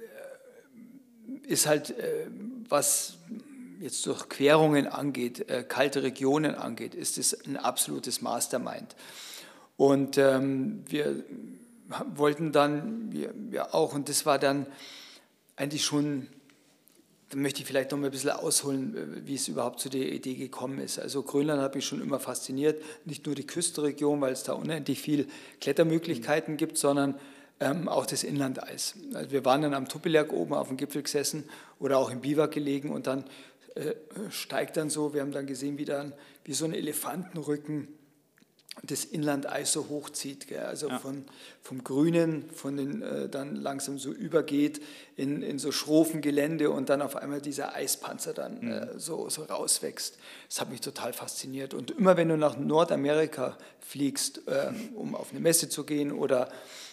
ist halt, was jetzt Durchquerungen angeht, kalte Regionen angeht, ist es ein absolutes Mastermind. Und wir wollten dann, auch, und das war dann eigentlich schon, da möchte ich vielleicht noch mal ein bisschen ausholen, wie es überhaupt zu der Idee gekommen ist. Also Grönland hat mich schon immer fasziniert, nicht nur die Küstenregion, weil es da unendlich viel Klettermöglichkeiten gibt, sondern auch das Inlandeis. Also wir waren dann am Tupilak oben auf dem Gipfel gesessen oder auch im Biwak gelegen und dann steigt dann so, wir haben dann gesehen, wie so ein Elefantenrücken das Inlandeis so hochzieht, gell? Also vom Grünen, dann langsam so übergeht in so Schroffengelände und dann auf einmal dieser Eispanzer dann so rauswächst. Das hat mich total fasziniert. Und immer wenn du nach Nordamerika fliegst, um auf eine Messe zu gehen oder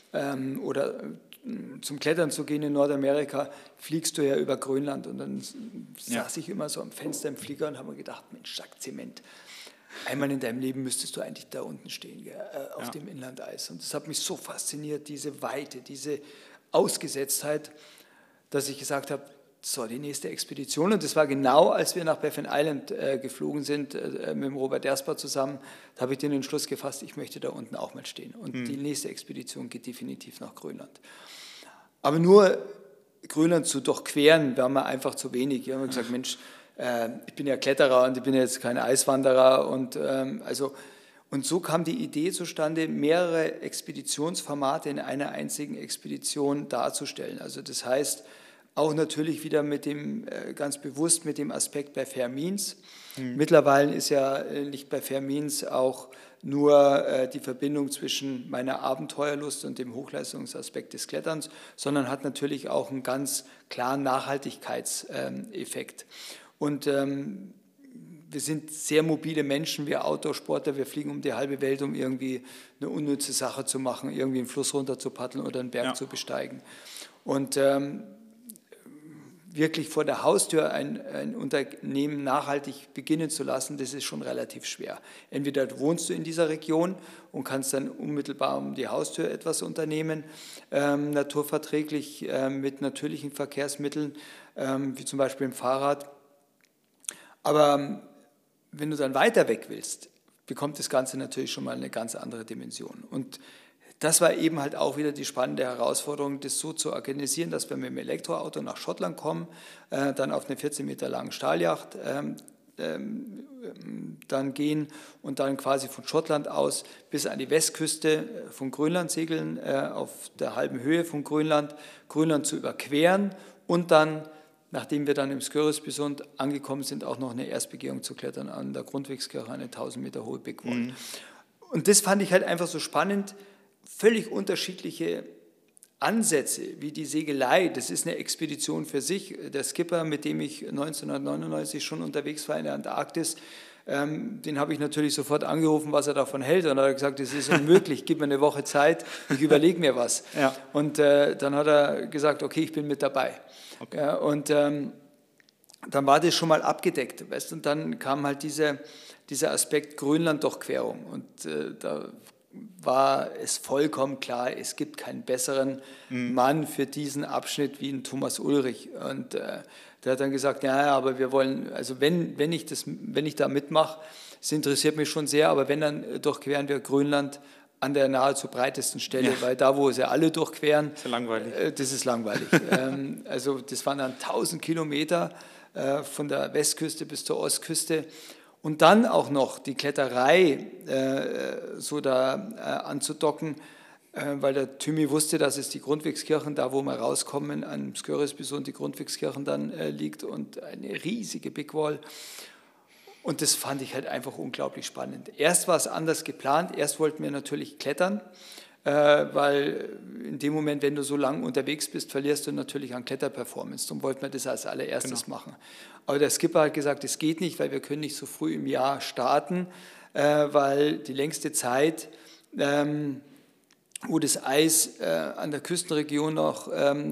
zum Klettern zu gehen in Nordamerika, fliegst du ja über Grönland. Und dann saß ich immer so am Fenster im Flieger und habe mir gedacht, Mensch, Sack Zement. Einmal in deinem Leben müsstest du eigentlich da unten stehen, auf dem Inlandeis. Und das hat mich so fasziniert, diese Weite, diese Ausgesetztheit, dass ich gesagt habe, so, die nächste Expedition. Und das war genau, als wir nach Baffin Island geflogen sind, mit dem Robert Dersper zusammen, da habe ich den Entschluss gefasst, ich möchte da unten auch mal stehen. Und die nächste Expedition geht definitiv nach Grönland. Aber nur Grönland zu durchqueren, war mir einfach zu wenig. Wir haben gesagt, Mensch, ich bin ja Kletterer und ich bin jetzt kein Eiswanderer. Und so kam die Idee zustande, mehrere Expeditionsformate in einer einzigen Expedition darzustellen. Also das heißt, auch natürlich wieder ganz bewusst mit dem Aspekt bei Vermins. Mittlerweile ist ja Licht bei Vermins auch nur die Verbindung zwischen meiner Abenteuerlust und dem Hochleistungsaspekt des Kletterns, sondern hat natürlich auch einen ganz klaren Nachhaltigkeitseffekt. Und wir sind sehr mobile Menschen, wir Outdoor-Sportler, wir fliegen um die halbe Welt, um irgendwie eine unnütze Sache zu machen, irgendwie einen Fluss runter zu paddeln oder einen Berg zu besteigen. Und wirklich vor der Haustür ein Unternehmen nachhaltig beginnen zu lassen, das ist schon relativ schwer. Entweder wohnst du in dieser Region und kannst dann unmittelbar um die Haustür etwas unternehmen, naturverträglich mit natürlichen Verkehrsmitteln, wie zum Beispiel dem Fahrrad. Aber wenn du dann weiter weg willst, bekommt das Ganze natürlich schon mal eine ganz andere Dimension. Und das war eben halt auch wieder die spannende Herausforderung, das so zu organisieren, dass wir mit dem Elektroauto nach Schottland kommen, dann auf eine 14 Meter lange Stahljacht dann gehen und dann quasi von Schottland aus bis an die Westküste von Grönland segeln, auf der halben Höhe von Grönland zu überqueren und dann, nachdem wir dann im Sköresbysund angekommen sind, auch noch eine Erstbegehung zu klettern an der Grundtvigskirche, eine 1000 Meter hohe Big Wall. Und das fand ich halt einfach so spannend, völlig unterschiedliche Ansätze, wie die Segelei, das ist eine Expedition für sich. Der Skipper, mit dem ich 1999 schon unterwegs war in der Antarktis, den habe ich natürlich sofort angerufen, was er davon hält. Und er hat gesagt, das ist unmöglich, gib mir eine Woche Zeit, ich überlege mir was. Ja. Und dann hat er gesagt, okay, ich bin mit dabei. Okay. Ja, und dann war das schon mal abgedeckt. Weißt? Und dann kam halt dieser Aspekt Grönland-Durchquerung. Und da war es vollkommen klar, es gibt keinen besseren Mann für diesen Abschnitt wie ein Thomas Ulrich. Und der hat dann gesagt, ja, aber wir wollen, also wenn ich da mitmache, es interessiert mich schon sehr, aber wenn, dann durchqueren wir Grönland an der nahezu breitesten Stelle, ja. Weil da, wo sie alle durchqueren, ist ja langweilig. Das ist langweilig. Also das waren dann 1000 Kilometer von der Westküste bis zur Ostküste. Und dann auch noch die Kletterei so da anzudocken, weil der Thymi wusste, dass es die Grundtvigskirchen, da wo wir rauskommen, am Sköresbysund die Grundtvigskirchen dann liegt und eine riesige Big Wall. Und das fand ich halt einfach unglaublich spannend. Erst war es anders geplant, erst wollten wir natürlich klettern, weil in dem Moment, wenn du so lang unterwegs bist, verlierst du natürlich an Kletterperformance. Darum wollten wir das als allererstes machen. Aber der Skipper hat gesagt, es geht nicht, weil wir können nicht so früh im Jahr starten, weil die längste Zeit, wo das Eis an der Küstenregion noch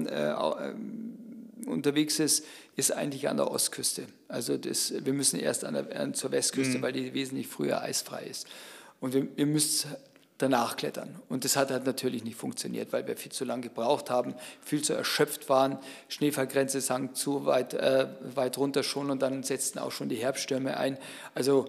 unterwegs ist, ist eigentlich an der Ostküste. Also wir müssen erst zur Westküste, weil die wesentlich früher eisfrei ist. Und ihr müsst danach klettern. Und das hat halt natürlich nicht funktioniert, weil wir viel zu lange gebraucht haben, viel zu erschöpft waren. Schneefallgrenze sank zu weit runter schon und dann setzten auch schon die Herbststürme ein. Also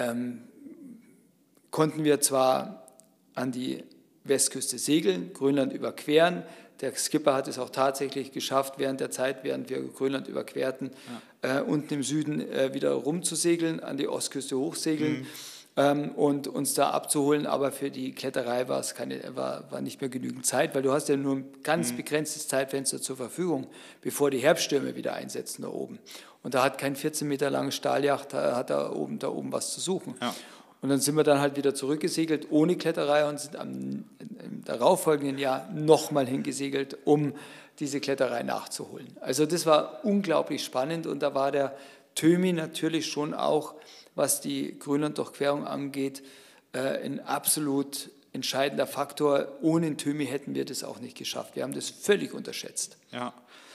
konnten wir zwar an die Westküste segeln, Grönland überqueren. Der Skipper hat es auch tatsächlich geschafft, während der Zeit, während wir Grönland überquerten, unten im Süden wieder rumzusegeln, an die Ostküste hochsegeln. Und uns da abzuholen, aber für die Kletterei war nicht mehr genügend Zeit, weil du hast ja nur ein ganz begrenztes Zeitfenster zur Verfügung, bevor die Herbststürme wieder einsetzen da oben. Und da hat kein 14 Meter langes Stahljacht, hat da oben was zu suchen. Ja. Und dann sind wir dann halt wieder zurückgesegelt ohne Kletterei und sind im darauffolgenden Jahr nochmal hingesegelt, um diese Kletterei nachzuholen. Also das war unglaublich spannend und da war der Thymi natürlich schon auch, was die Grönland-Durchquerung angeht, ein absolut entscheidender Faktor. Ohne den Thymi hätten wir das auch nicht geschafft. Wir haben das völlig unterschätzt. Ja.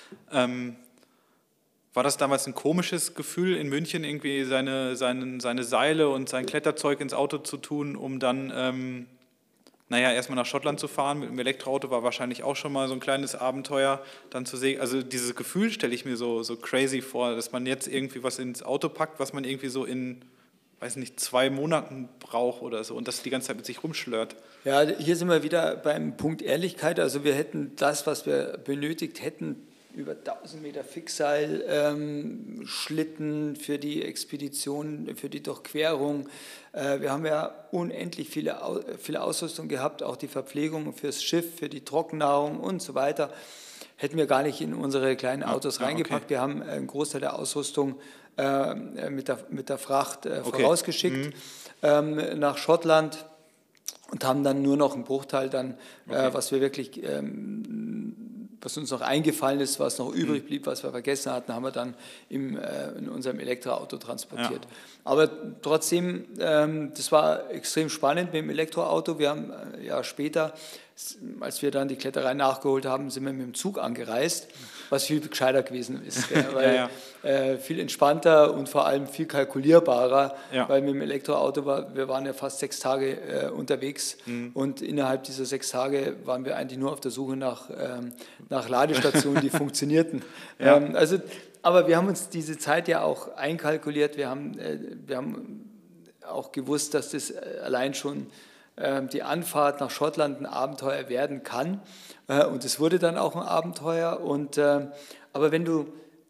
War das damals ein komisches Gefühl, in München irgendwie seine Seile und sein Kletterzeug ins Auto zu tun, um dann erstmal nach Schottland zu fahren? Mit dem Elektroauto war wahrscheinlich auch schon mal so ein kleines Abenteuer, dann zu sehen. Also dieses Gefühl stelle ich mir so crazy vor, dass man jetzt irgendwie was ins Auto packt, was man irgendwie so in, weiß nicht, 2 Monaten braucht oder so und das die ganze Zeit mit sich rumschlört. Ja, hier sind wir wieder beim Punkt Ehrlichkeit. Also wir hätten das, was wir benötigt hätten, über 1000 Meter Fixseil, Schlitten für die Expedition, für die Durchquerung. Wir haben ja unendlich viele Ausrüstung gehabt, auch die Verpflegung fürs Schiff, für die Trockennahrung und so weiter. Hätten wir gar nicht in unsere kleinen Autos reingepackt. Okay. Wir haben einen Großteil der Ausrüstung mit der Fracht vorausgeschickt nach Schottland und haben dann nur noch einen Bruchteil dann, was wir wirklich... was uns noch eingefallen ist, was noch übrig blieb, was wir vergessen hatten, haben wir dann in unserem Elektroauto transportiert. Ja. Aber trotzdem, das war extrem spannend mit dem Elektroauto. Wir haben ein Jahr später, als wir dann die Kletterei nachgeholt haben, sind wir mit dem Zug angereist, was viel gescheiter gewesen ist, weil viel entspannter und vor allem viel kalkulierbarer, weil mit dem Elektroauto wir waren ja fast 6 Tage unterwegs und innerhalb dieser 6 Tage waren wir eigentlich nur auf der Suche nach Ladestationen, die funktionierten. Ja. Aber wir haben uns diese Zeit ja auch einkalkuliert, wir haben auch gewusst, dass das allein schon die Anfahrt nach Schottland ein Abenteuer werden kann und es wurde dann auch ein Abenteuer. Aber wenn du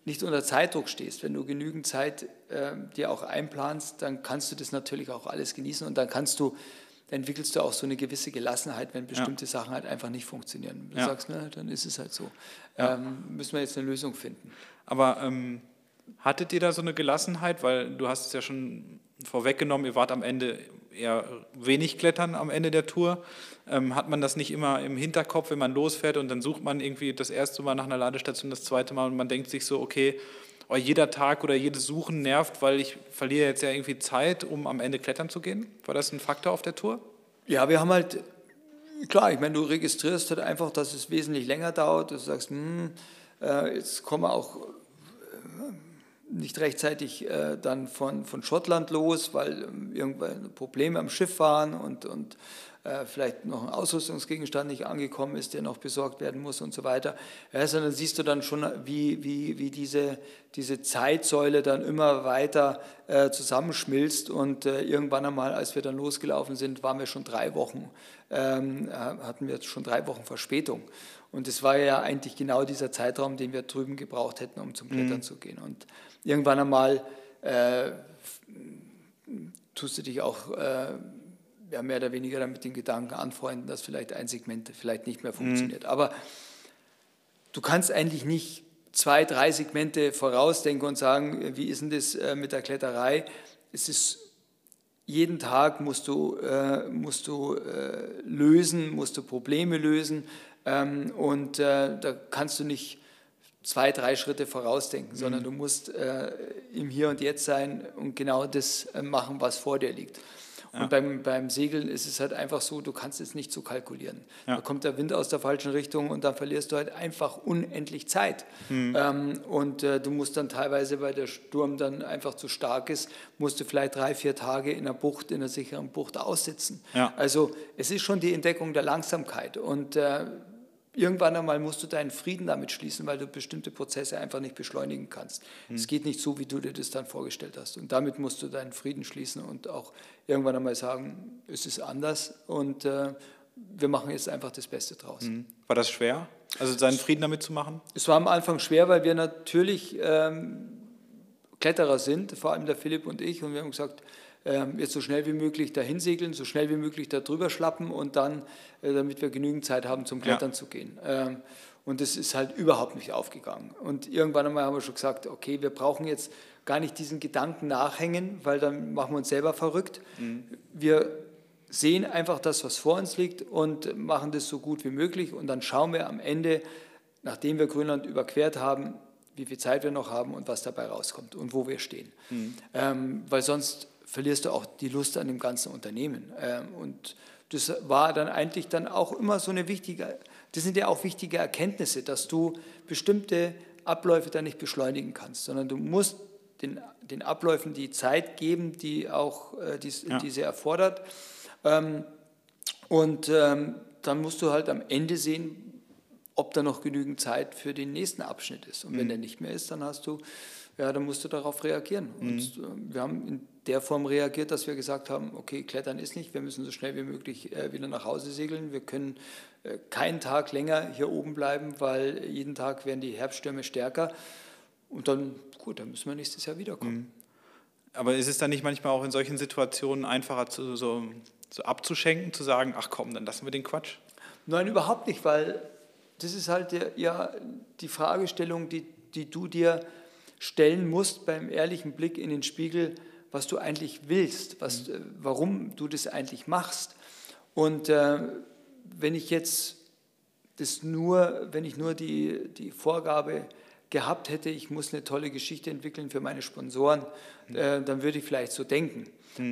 nicht unter Zeitdruck stehst, wenn du genügend Zeit dir auch einplanst, dann kannst du das natürlich auch alles genießen und dann entwickelst du auch so eine gewisse Gelassenheit, wenn bestimmte Sachen halt einfach nicht funktionieren. Du sagst, ne, dann ist es halt so. Müssen wir jetzt eine Lösung finden. Aber hattet ihr da so eine Gelassenheit? Weil du hast es ja schon vorweggenommen, ihr wart am Ende eher wenig klettern am Ende der Tour. Hat man das nicht immer im Hinterkopf, wenn man losfährt und dann sucht man irgendwie das erste Mal nach einer Ladestation, das zweite Mal und man denkt sich so, okay, jeder Tag oder jedes Suchen nervt, weil ich verliere jetzt ja irgendwie Zeit, um am Ende klettern zu gehen? War das ein Faktor auf der Tour? Ja, wir haben halt, klar, ich meine, du registrierst halt einfach, dass es wesentlich länger dauert. Du sagst, jetzt kommen wir auch nicht rechtzeitig dann von Schottland los, weil irgendwann Probleme am Schiff waren und vielleicht noch ein Ausrüstungsgegenstand nicht angekommen ist, der noch besorgt werden muss und so weiter. Ja, sondern siehst du dann schon, wie diese Zeitsäule dann immer weiter zusammenschmilzt und irgendwann einmal, als wir dann losgelaufen sind, hatten wir schon 3 Wochen Verspätung. Und es war ja eigentlich genau dieser Zeitraum, den wir drüben gebraucht hätten, um zum Klettern zu gehen. Und irgendwann einmal tust du dich auch mehr oder weniger damit den Gedanken anfreunden, dass vielleicht ein Segment vielleicht nicht mehr funktioniert. Aber du kannst eigentlich nicht 2, 3 Segmente vorausdenken und sagen, wie ist denn das mit der Kletterei? Es ist jeden Tag musst du lösen, musst du Probleme lösen und da kannst du nicht 2, 3 Schritte vorausdenken, sondern du musst im Hier und Jetzt sein und genau das machen, was vor dir liegt. Und beim Segeln ist es halt einfach so, du kannst es nicht so kalkulieren. Da kommt der Wind aus der falschen Richtung und dann verlierst du halt einfach unendlich Zeit. Und du musst dann teilweise, weil der Sturm dann einfach zu stark ist, musst du vielleicht 3, 4 Tage in einer sicheren Bucht aussitzen. Ja. Also es ist schon die Entdeckung der Langsamkeit und irgendwann einmal musst du deinen Frieden damit schließen, weil du bestimmte Prozesse einfach nicht beschleunigen kannst. Es geht nicht so, wie du dir das dann vorgestellt hast. Und damit musst du deinen Frieden schließen und auch irgendwann einmal sagen, es ist anders und wir machen jetzt einfach das Beste draus. War das schwer, also seinen Frieden damit zu machen? Es war am Anfang schwer, weil wir natürlich Kletterer sind, vor allem der Philipp und ich, und wir haben gesagt, jetzt so schnell wie möglich dahin segeln, so schnell wie möglich da drüber schlappen und dann, damit wir genügend Zeit haben, zum Klettern zu gehen. Und das ist halt überhaupt nicht aufgegangen. Und irgendwann einmal haben wir schon gesagt, okay, wir brauchen jetzt gar nicht diesen Gedanken nachhängen, weil dann machen wir uns selber verrückt. Wir sehen einfach das, was vor uns liegt und machen das so gut wie möglich und dann schauen wir am Ende, nachdem wir Grönland überquert haben, wie viel Zeit wir noch haben und was dabei rauskommt und wo wir stehen. Weil sonst verlierst du auch die Lust an dem ganzen Unternehmen. Und das war dann eigentlich dann auch immer so eine das sind ja auch wichtige Erkenntnisse, dass du bestimmte Abläufe dann nicht beschleunigen kannst, sondern du musst den Abläufen die Zeit geben, die diese erfordert. Und dann musst du halt am Ende sehen, ob da noch genügend Zeit für den nächsten Abschnitt ist. Und wenn der nicht mehr ist, dann dann musst du darauf reagieren. Und wir haben in der Form reagiert, dass wir gesagt haben, okay, Klettern ist nicht, wir müssen so schnell wie möglich wieder nach Hause segeln. Wir können keinen Tag länger hier oben bleiben, weil jeden Tag werden die Herbststürme stärker. Und dann müssen wir nächstes Jahr wiederkommen. Aber ist es dann nicht manchmal auch in solchen Situationen einfacher, so abzuschenken, zu sagen, ach komm, dann lassen wir den Quatsch? Nein, überhaupt nicht, weil das ist halt die Fragestellung, die du dir stellen musst beim ehrlichen Blick in den Spiegel, was du eigentlich willst, warum du das eigentlich machst. Und wenn ich nur die Vorgabe gehabt hätte, ich muss eine tolle Geschichte entwickeln für meine Sponsoren, dann würde ich vielleicht so denken.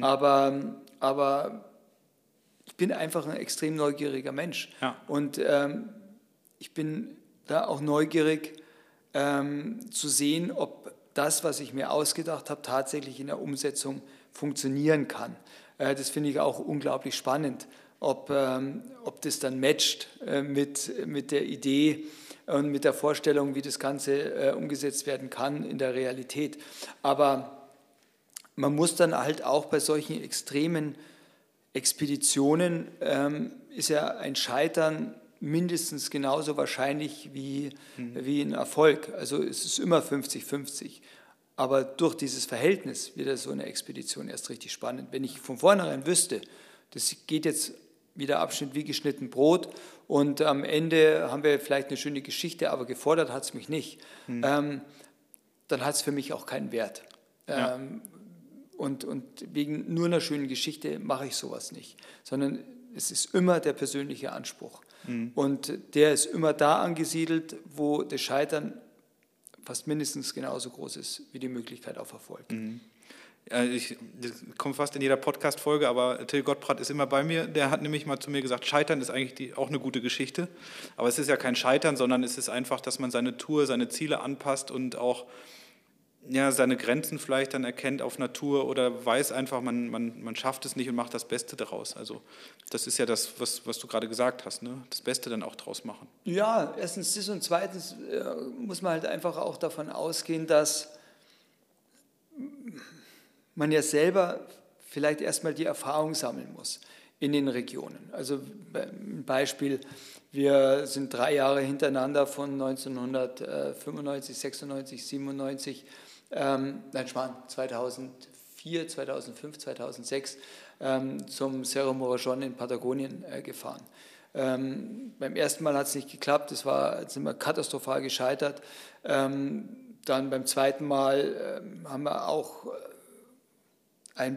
Aber ich bin einfach ein extrem neugieriger Mensch. Ja. Und ich bin da auch neugierig zu sehen, ob das, was ich mir ausgedacht habe, tatsächlich in der Umsetzung funktionieren kann. Das finde ich auch unglaublich spannend, ob das dann matcht mit der Idee und mit der Vorstellung, wie das Ganze umgesetzt werden kann in der Realität. Aber man muss dann halt auch bei solchen extremen Expeditionen, ist ja ein Scheitern mindestens genauso wahrscheinlich wie ein Erfolg. Also es ist immer 50-50. Aber durch dieses Verhältnis wird so eine Expedition erst richtig spannend. Wenn ich von vornherein wüsste, das geht jetzt wieder Abschnitt wie geschnitten Brot und am Ende haben wir vielleicht eine schöne Geschichte, aber gefordert hat es mich nicht, dann hat es für mich auch keinen Wert. Ja. Und wegen nur einer schönen Geschichte mache ich sowas nicht, sondern es ist immer der persönliche Anspruch. Und der ist immer da angesiedelt, wo das Scheitern fast mindestens genauso groß ist wie die Möglichkeit auf Erfolg. Ja, das kommt fast in jeder Podcast-Folge, aber Till Gottbrat ist immer bei mir. Der hat nämlich mal zu mir gesagt, Scheitern ist eigentlich auch eine gute Geschichte. Aber es ist ja kein Scheitern, sondern es ist einfach, dass man seine Tour, seine Ziele anpasst und auch seine Grenzen vielleicht dann erkennt auf Natur oder weiß einfach, man schafft es nicht und macht das Beste daraus. Also das ist ja das, was du gerade gesagt hast, ne? Das Beste dann auch draus machen. Ja, erstens das und zweitens muss man halt einfach auch davon ausgehen, dass man ja selber vielleicht erstmal die Erfahrung sammeln muss in den Regionen. Also ein Beispiel, wir sind 3 Jahre hintereinander von 1995, 96, 97, 2004, 2005, 2006 zum Cerro Morajon in Patagonien gefahren. Beim ersten Mal hat es nicht geklappt, sind wir katastrophal gescheitert. Dann beim zweiten Mal haben wir auch in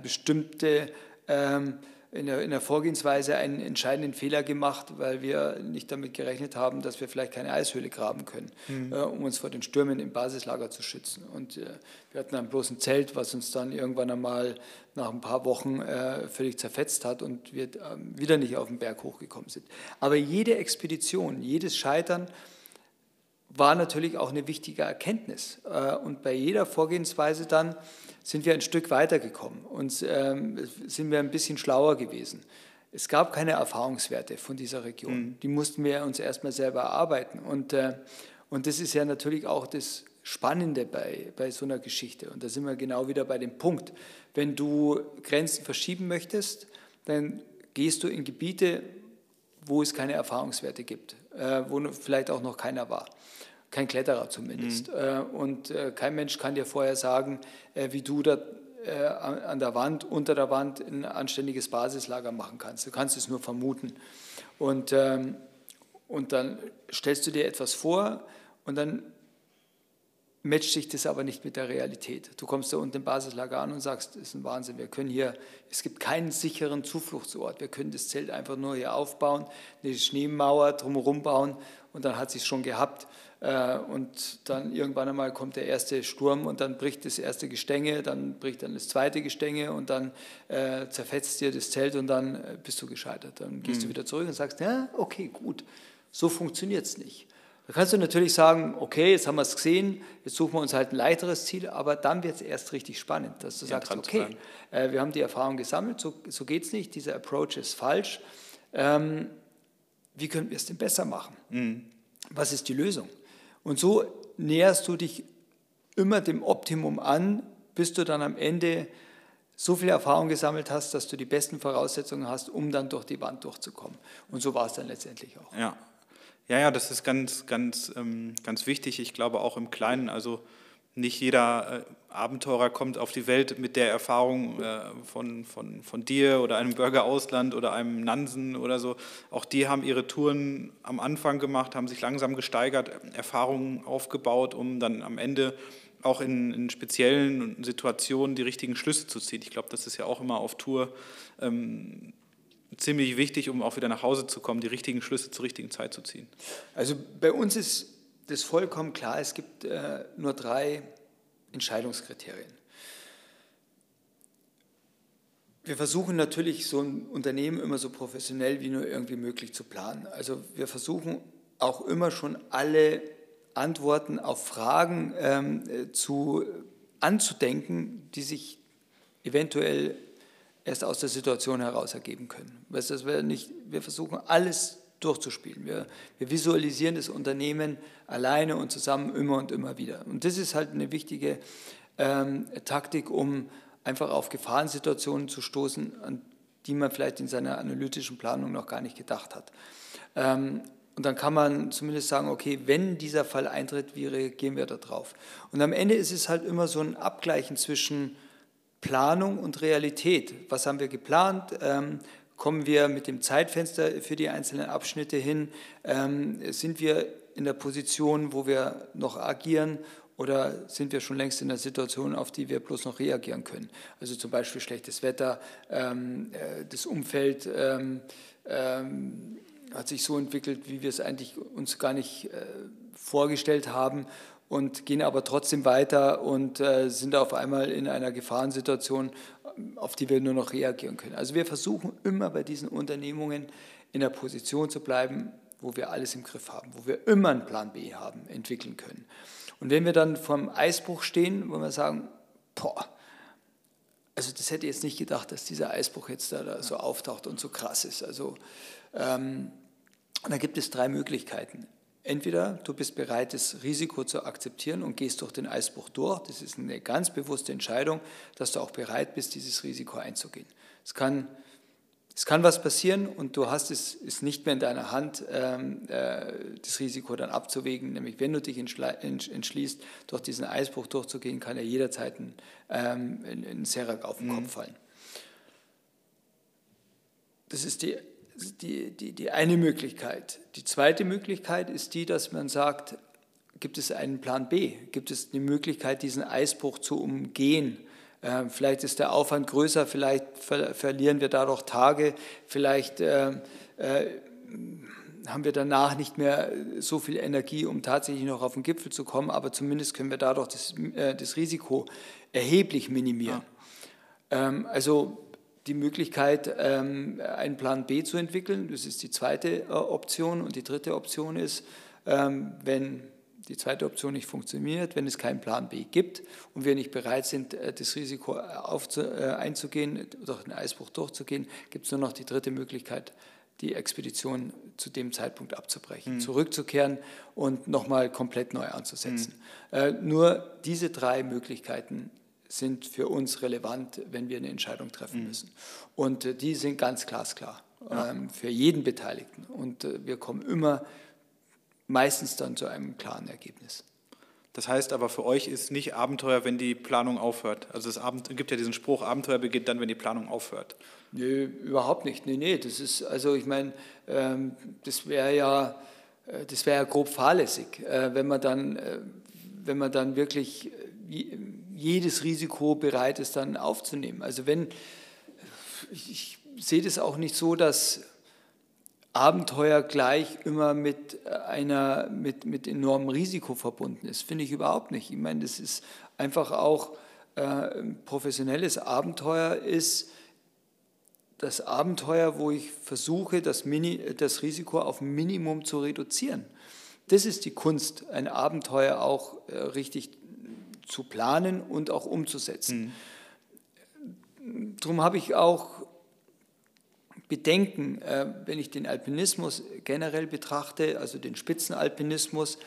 der Vorgehensweise einen entscheidenden Fehler gemacht, weil wir nicht damit gerechnet haben, dass wir vielleicht keine Eishöhle graben können, um uns vor den Stürmen im Basislager zu schützen. Und wir hatten dann bloß ein Zelt, was uns dann irgendwann einmal nach ein paar Wochen völlig zerfetzt hat und wir wieder nicht auf den Berg hochgekommen sind. Aber jede Expedition, jedes Scheitern war natürlich auch eine wichtige Erkenntnis. Und bei jeder Vorgehensweise dann sind wir ein Stück weitergekommen und sind wir ein bisschen schlauer gewesen. Es gab keine Erfahrungswerte von dieser Region. Die mussten wir uns erstmal selber erarbeiten. Und das ist ja natürlich auch das Spannende bei so einer Geschichte. Und da sind wir genau wieder bei dem Punkt. Wenn du Grenzen verschieben möchtest, dann gehst du in Gebiete, wo es keine Erfahrungswerte gibt, wo vielleicht auch noch keiner war. Kein Kletterer zumindest. Und kein Mensch kann dir vorher sagen, wie du da an der Wand, unter der Wand ein anständiges Basislager machen kannst. Du kannst es nur vermuten. Und dann stellst du dir etwas vor und dann matcht sich das aber nicht mit der Realität. Du kommst da unten im Basislager an und sagst, das ist ein Wahnsinn, es gibt keinen sicheren Zufluchtsort, wir können das Zelt einfach nur hier aufbauen, eine Schneemauer drumherum bauen und dann hat es sich schon gehabt. Und dann irgendwann einmal kommt der erste Sturm und dann bricht das erste Gestänge, dann bricht dann das zweite Gestänge und dann zerfetzt dir das Zelt und dann bist du gescheitert. Dann gehst du wieder zurück und sagst, ja, okay, gut, so funktioniert es nicht. Da kannst du natürlich sagen, okay, jetzt haben wir es gesehen, jetzt suchen wir uns halt ein leichteres Ziel, aber dann wird es erst richtig spannend, dass du sagst, okay, wir haben die Erfahrung gesammelt, so geht es nicht, dieser Approach ist falsch. Wie können wir es denn besser machen? Was ist die Lösung? Und so näherst du dich immer dem Optimum an, bis du dann am Ende so viel Erfahrung gesammelt hast, dass du die besten Voraussetzungen hast, um dann durch die Wand durchzukommen. Und so war es dann letztendlich auch. Ja, das ist ganz wichtig. Ich glaube auch im Kleinen, also nicht jeder Abenteurer kommt auf die Welt mit der Erfahrung von dir oder einem Burger Ausland oder einem Nansen oder so. Auch die haben ihre Touren am Anfang gemacht, haben sich langsam gesteigert, Erfahrungen aufgebaut, um dann am Ende auch in speziellen Situationen die richtigen Schlüsse zu ziehen. Ich glaube, das ist ja auch immer auf Tour ziemlich wichtig, um auch wieder nach Hause zu kommen, die richtigen Schlüsse zur richtigen Zeit zu ziehen. Also bei uns ist das vollkommen klar, es gibt nur 3 Entscheidungskriterien. Wir versuchen natürlich, so ein Unternehmen immer so professionell wie nur irgendwie möglich zu planen. Also wir versuchen auch immer schon alle Antworten auf Fragen anzudenken, die sich eventuell erst aus der Situation heraus ergeben können. Wir versuchen alles durchzuspielen. Wir visualisieren das Unternehmen alleine und zusammen immer und immer wieder. Und das ist halt eine wichtige Taktik, um einfach auf Gefahrensituationen zu stoßen, an die man vielleicht in seiner analytischen Planung noch gar nicht gedacht hat. Und dann kann man zumindest sagen, okay, wenn dieser Fall eintritt, wie reagieren wir darauf? Und am Ende ist es halt immer so ein Abgleichen zwischen Planung und Realität. Was haben wir geplant? Kommen wir mit dem Zeitfenster für die einzelnen Abschnitte hin? Sind wir in der Position, wo wir noch agieren? Oder sind wir schon längst in der Situation, auf die wir bloß noch reagieren können? Also zum Beispiel schlechtes Wetter, das Umfeld hat sich so entwickelt, wie wir es eigentlich uns gar nicht vorgestellt haben und gehen aber trotzdem weiter und sind auf einmal in einer Gefahrensituation, auf die wir nur noch reagieren können. Also wir versuchen immer bei diesen Unternehmungen in der Position zu bleiben, wo wir alles im Griff haben, wo wir immer einen Plan B haben, entwickeln können. Und wenn wir dann vom Eisbruch stehen, wo wir sagen, boah, also das hätte ich jetzt nicht gedacht, dass dieser Eisbruch jetzt da so auftaucht und so krass ist. Also und da gibt es 3 Möglichkeiten. Entweder du bist bereit, das Risiko zu akzeptieren und gehst durch den Eisbruch durch. Das ist eine ganz bewusste Entscheidung, dass du auch bereit bist, dieses Risiko einzugehen. Es kann was passieren und du hast ist nicht mehr in deiner Hand, das Risiko dann abzuwägen. Nämlich wenn du dich entschließt, durch diesen Eisbruch durchzugehen, kann ja jederzeit ein Serac auf den Kopf fallen. Das ist die eine Möglichkeit. Die zweite Möglichkeit ist die, dass man sagt, gibt es einen Plan B? Gibt es die Möglichkeit, diesen Eisbruch zu umgehen? Vielleicht ist der Aufwand größer, vielleicht verlieren wir dadurch Tage, vielleicht haben wir danach nicht mehr so viel Energie, um tatsächlich noch auf den Gipfel zu kommen, aber zumindest können wir dadurch das Risiko erheblich minimieren. Ja. Also die Möglichkeit, einen Plan B zu entwickeln, das ist die zweite Option. Und die dritte Option ist, wenn die zweite Option nicht funktioniert, wenn es keinen Plan B gibt und wir nicht bereit sind, das Risiko einzugehen, durch den Eisbruch durchzugehen, gibt es nur noch die dritte Möglichkeit, die Expedition zu dem Zeitpunkt abzubrechen, zurückzukehren und nochmal komplett neu anzusetzen. Nur diese 3 Möglichkeiten sind für uns relevant, wenn wir eine Entscheidung treffen müssen. Und die sind ganz glasklar für jeden Beteiligten. Und wir kommen immer meistens dann zu einem klaren Ergebnis. Das heißt aber, für euch ist nicht Abenteuer, wenn die Planung aufhört. Also es gibt ja diesen Spruch, Abenteuer beginnt dann, wenn die Planung aufhört. Nee, überhaupt nicht. Nee, das ist, also ich meine, das wäre ja grob fahrlässig, wenn man dann wirklich jedes Risiko bereit ist, dann aufzunehmen. Also ich sehe das auch nicht so, dass Abenteuer gleich immer mit enormem Risiko verbunden ist. Finde ich überhaupt nicht. Ich meine, das ist einfach auch ein professionelles Abenteuer ist das Abenteuer, wo ich versuche, das Risiko auf ein Minimum zu reduzieren. Das ist die Kunst, ein Abenteuer auch richtig zu planen und auch umzusetzen. Darum habe ich auch Bedenken, wenn ich den Alpinismus generell betrachte, also den Spitzenalpinismus,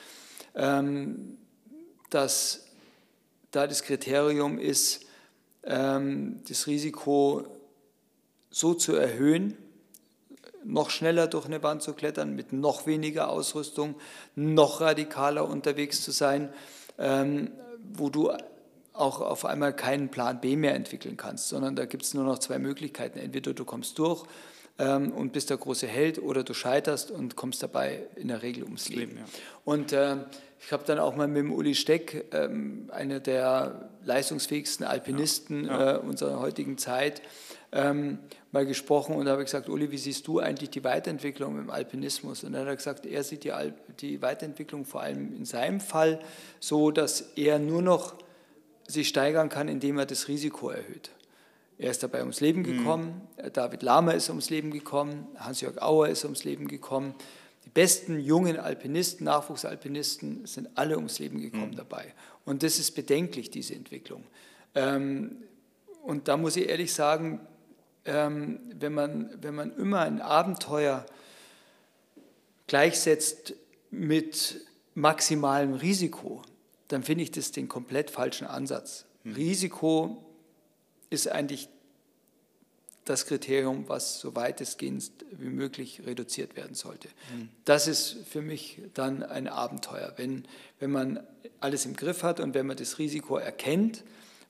dass da das Kriterium ist, das Risiko so zu erhöhen, noch schneller durch eine Wand zu klettern, mit noch weniger Ausrüstung, noch radikaler unterwegs zu sein, wo du auch auf einmal keinen Plan B mehr entwickeln kannst, sondern da gibt es nur noch 2 Möglichkeiten. Entweder du kommst durch und bist der große Held oder du scheiterst und kommst dabei in der Regel ums Leben. Ja. Und ich habe dann auch mal mit dem Uli Steck, einer der leistungsfähigsten Alpinisten unserer heutigen Zeit, mal gesprochen und da habe ich gesagt, Uli, wie siehst du eigentlich die Weiterentwicklung im Alpinismus? Und dann hat er gesagt, er sieht die Weiterentwicklung vor allem in seinem Fall so, dass er nur noch sich steigern kann, indem er das Risiko erhöht. Er ist dabei ums Leben gekommen, David Lama ist ums Leben gekommen, Hans-Jörg Auer ist ums Leben gekommen. Die besten jungen Alpinisten, Nachwuchsalpinisten sind alle ums Leben gekommen dabei. Und das ist bedenklich, diese Entwicklung. Und da muss ich ehrlich sagen, wenn man immer ein Abenteuer gleichsetzt mit maximalem Risiko, dann finde ich das den komplett falschen Ansatz. Risiko ist eigentlich das Kriterium, was so weitestgehend wie möglich reduziert werden sollte. Das ist für mich dann ein Abenteuer, wenn man alles im Griff hat und wenn man das Risiko erkennt,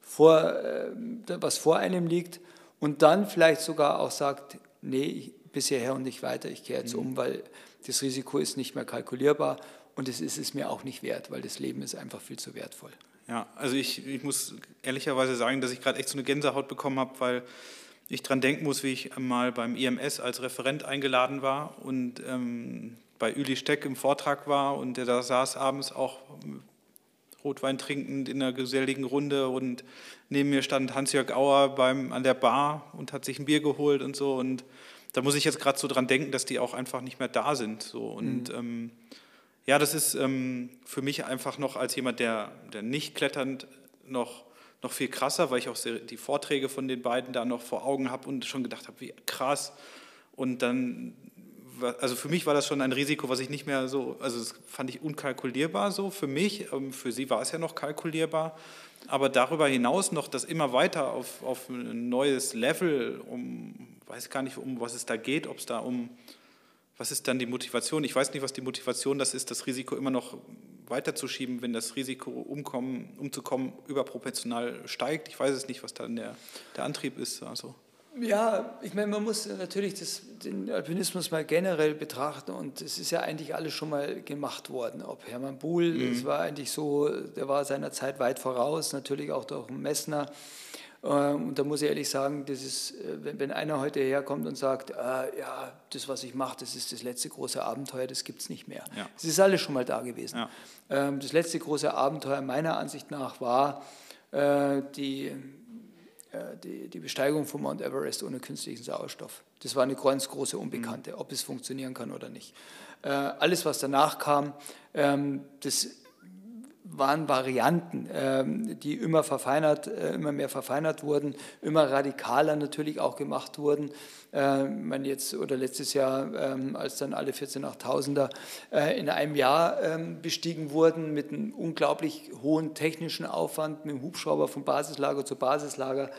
was vor einem liegt und dann vielleicht sogar auch sagt, nee, bis hierher und nicht weiter, ich kehre jetzt um, weil das Risiko ist nicht mehr kalkulierbar und es ist es mir auch nicht wert, weil das Leben ist einfach viel zu wertvoll. Ja, also ich muss ehrlicherweise sagen, dass ich gerade echt so eine Gänsehaut bekommen habe, weil ich dran denken muss, wie ich mal beim IMS als Referent eingeladen war und bei Uli Steck im Vortrag war und der da saß abends auch Rotwein trinkend in einer geselligen Runde und neben mir stand Hans-Jörg Auer an der Bar und hat sich ein Bier geholt und so und da muss ich jetzt gerade so dran denken, dass die auch einfach nicht mehr da sind. So. Und ja, das ist für mich einfach noch als jemand, der nicht kletternd noch viel krasser, weil ich auch die Vorträge von den beiden da noch vor Augen habe und schon gedacht habe, wie krass. Und dann, also für mich war das schon ein Risiko, was ich nicht mehr so, also das fand ich unkalkulierbar so für mich. Für sie war es ja noch kalkulierbar. Aber darüber hinaus noch das immer weiter auf ein neues Level, weiß gar nicht, um was es da geht, ob es da was ist dann die Motivation? Ich weiß nicht, was die Motivation das ist, das Risiko immer noch weiterzuschieben, wenn das Risiko, umzukommen, überproportional steigt. Ich weiß es nicht, was dann der Antrieb ist. Also. Ja, ich meine, man muss natürlich den Alpinismus mal generell betrachten und es ist ja eigentlich alles schon mal gemacht worden. Ob Hermann Buhl, das war eigentlich so, der war seiner Zeit weit voraus, natürlich auch durch Messner. Und da muss ich ehrlich sagen, das ist, wenn einer heute herkommt und sagt, ja, das, was ich mache, das ist das letzte große Abenteuer, das gibt es nicht mehr. Ja. Es ist alles schon mal da gewesen. Ja. Das letzte große Abenteuer meiner Ansicht nach war die Besteigung von Mount Everest ohne künstlichen Sauerstoff. Das war eine ganz große Unbekannte, ob es funktionieren kann oder nicht. Alles, was danach kam, das waren Varianten, die immer mehr verfeinert wurden, immer radikaler natürlich auch gemacht wurden. Letztes Jahr, als dann alle 14 8000er in einem Jahr bestiegen wurden, mit einem unglaublich hohen technischen Aufwand, mit dem Hubschrauber von Basislager zu Basislager.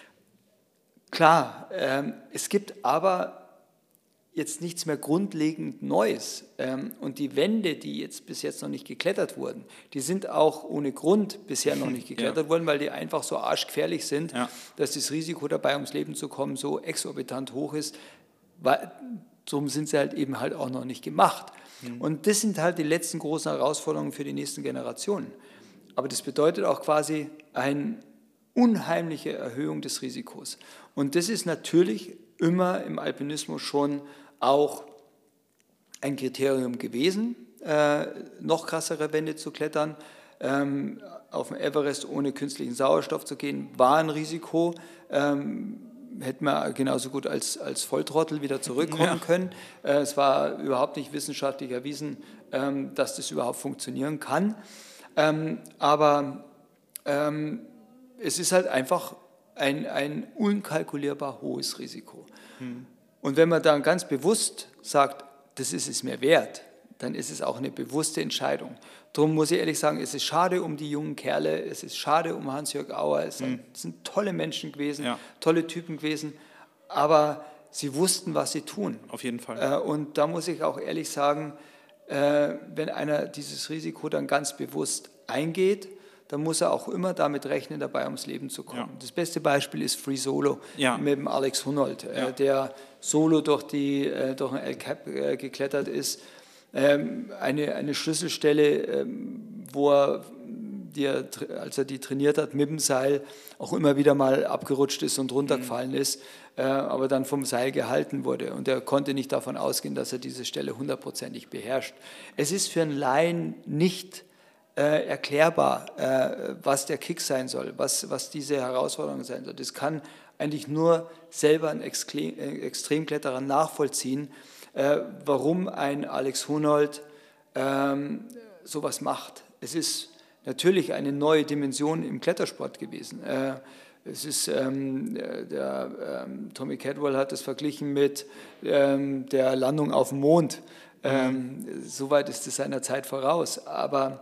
Klar, es gibt aber jetzt nichts mehr grundlegend Neues. Und die Wände, die bis jetzt noch nicht geklettert wurden, die sind auch ohne Grund bisher noch nicht geklettert worden, weil die einfach so arschgefährlich sind, dass das Risiko dabei, ums Leben zu kommen, so exorbitant hoch ist. Darum sind sie halt eben halt auch noch nicht gemacht. Und das sind halt die letzten großen Herausforderungen für die nächsten Generationen. Aber das bedeutet auch quasi eine unheimliche Erhöhung des Risikos. Und das ist natürlich immer im Alpinismus schon auch ein Kriterium gewesen, noch krassere Wände zu klettern. Auf dem Everest ohne künstlichen Sauerstoff zu gehen, war ein Risiko. Hätte man genauso gut als Volltrottel wieder zurückkommen können. Es war überhaupt nicht wissenschaftlich erwiesen, dass das überhaupt funktionieren kann. Aber es ist halt einfach ein unkalkulierbar hohes Risiko. Und wenn man dann ganz bewusst sagt, das ist es mir wert, dann ist es auch eine bewusste Entscheidung. Darum muss ich ehrlich sagen, es ist schade um die jungen Kerle, es ist schade um Hans-Jörg Auer, es sind tolle Menschen gewesen, tolle Typen gewesen, aber sie wussten, was sie tun. Auf jeden Fall. Und da muss ich auch ehrlich sagen, wenn einer dieses Risiko dann ganz bewusst eingeht, dann muss er auch immer damit rechnen, dabei ums Leben zu kommen. Ja. Das beste Beispiel ist Free Solo mit dem Alex Honnold, der solo durch ein El Cap geklettert ist. Eine Schlüsselstelle, wo er, als er die trainiert hat, mit dem Seil auch immer wieder mal abgerutscht ist und runtergefallen ist, aber dann vom Seil gehalten wurde. Und er konnte nicht davon ausgehen, dass er diese Stelle 100%ig beherrscht. Es ist für einen Laien nicht erklärbar, was der Kick sein soll, was diese Herausforderung sein soll. Das kann eigentlich nur selber ein Extremkletterer nachvollziehen, warum ein Alex Honnold sowas macht. Es ist natürlich eine neue Dimension im Klettersport gewesen. Es ist, Tommy Cadwell hat das verglichen mit der Landung auf dem Mond. Soweit ist es seiner Zeit voraus. Aber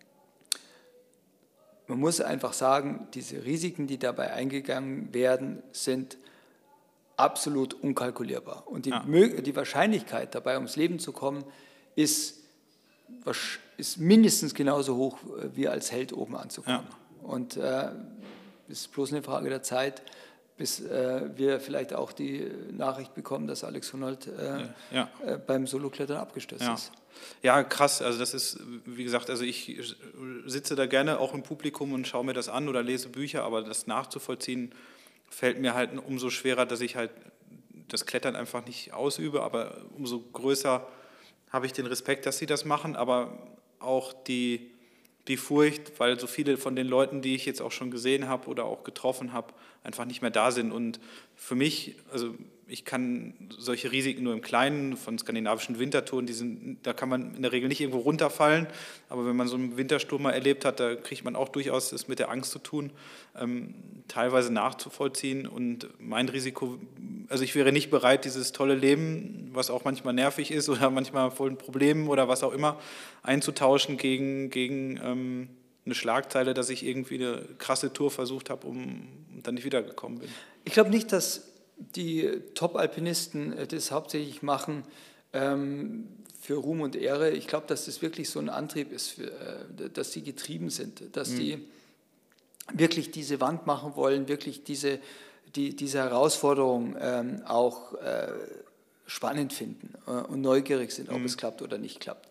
man muss einfach sagen, diese Risiken, die dabei eingegangen werden, sind absolut unkalkulierbar. Und die Wahrscheinlichkeit, dabei ums Leben zu kommen, ist mindestens genauso hoch, wie als Held oben anzukommen. Ja. Und es ist bloß eine Frage der Zeit, bis wir vielleicht auch die Nachricht bekommen, dass Alex Honnold beim Soloklettern abgestürzt ist. Ja, krass. Also das ist, wie gesagt, also ich sitze da gerne auch im Publikum und schaue mir das an oder lese Bücher, aber das nachzuvollziehen fällt mir halt umso schwerer, dass ich halt das Klettern einfach nicht ausübe, aber umso größer habe ich den Respekt, dass sie das machen, aber auch die Furcht, weil so viele von den Leuten, die ich jetzt auch schon gesehen habe oder auch getroffen habe, einfach nicht mehr da sind. Und für mich, also ich kann solche Risiken nur im Kleinen, von skandinavischen Wintertouren, da kann man in der Regel nicht irgendwo runterfallen, aber wenn man so einen Wintersturm mal erlebt hat, da kriegt man auch durchaus das mit der Angst zu tun, teilweise nachzuvollziehen. Und mein Risiko, also ich wäre nicht bereit, dieses tolle Leben, was auch manchmal nervig ist oder manchmal voll Problemen oder was auch immer, einzutauschen gegen eine Schlagzeile, dass ich irgendwie eine krasse Tour versucht habe und dann nicht wiedergekommen bin. Ich glaube nicht, dass die Top-Alpinisten das hauptsächlich machen für Ruhm und Ehre. Ich glaube, dass das wirklich so ein Antrieb ist, dass sie getrieben sind, dass die wirklich diese Wand machen wollen, wirklich diese Herausforderung auch spannend finden und neugierig sind, ob es klappt oder nicht klappt.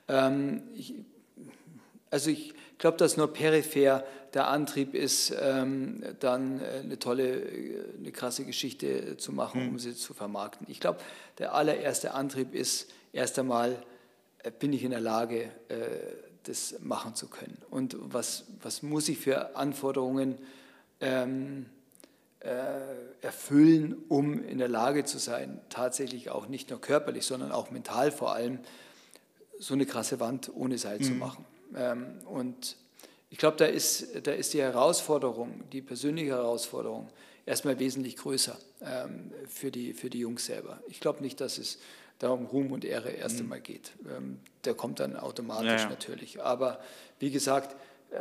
Ich glaube, dass nur peripher der Antrieb ist, dann eine krasse Geschichte zu machen, um sie zu vermarkten. Ich glaube, der allererste Antrieb ist, erst einmal bin ich in der Lage, das machen zu können. Und was muss ich für Anforderungen erfüllen, um in der Lage zu sein, tatsächlich auch nicht nur körperlich, sondern auch mental vor allem, so eine krasse Wand ohne Seil zu machen. Und ich glaube, da ist die Herausforderung, die persönliche Herausforderung, erstmal wesentlich größer für die Jungs selber. Ich glaube nicht, dass es da um Ruhm und Ehre erst einmal geht. Der kommt dann automatisch natürlich. Aber wie gesagt,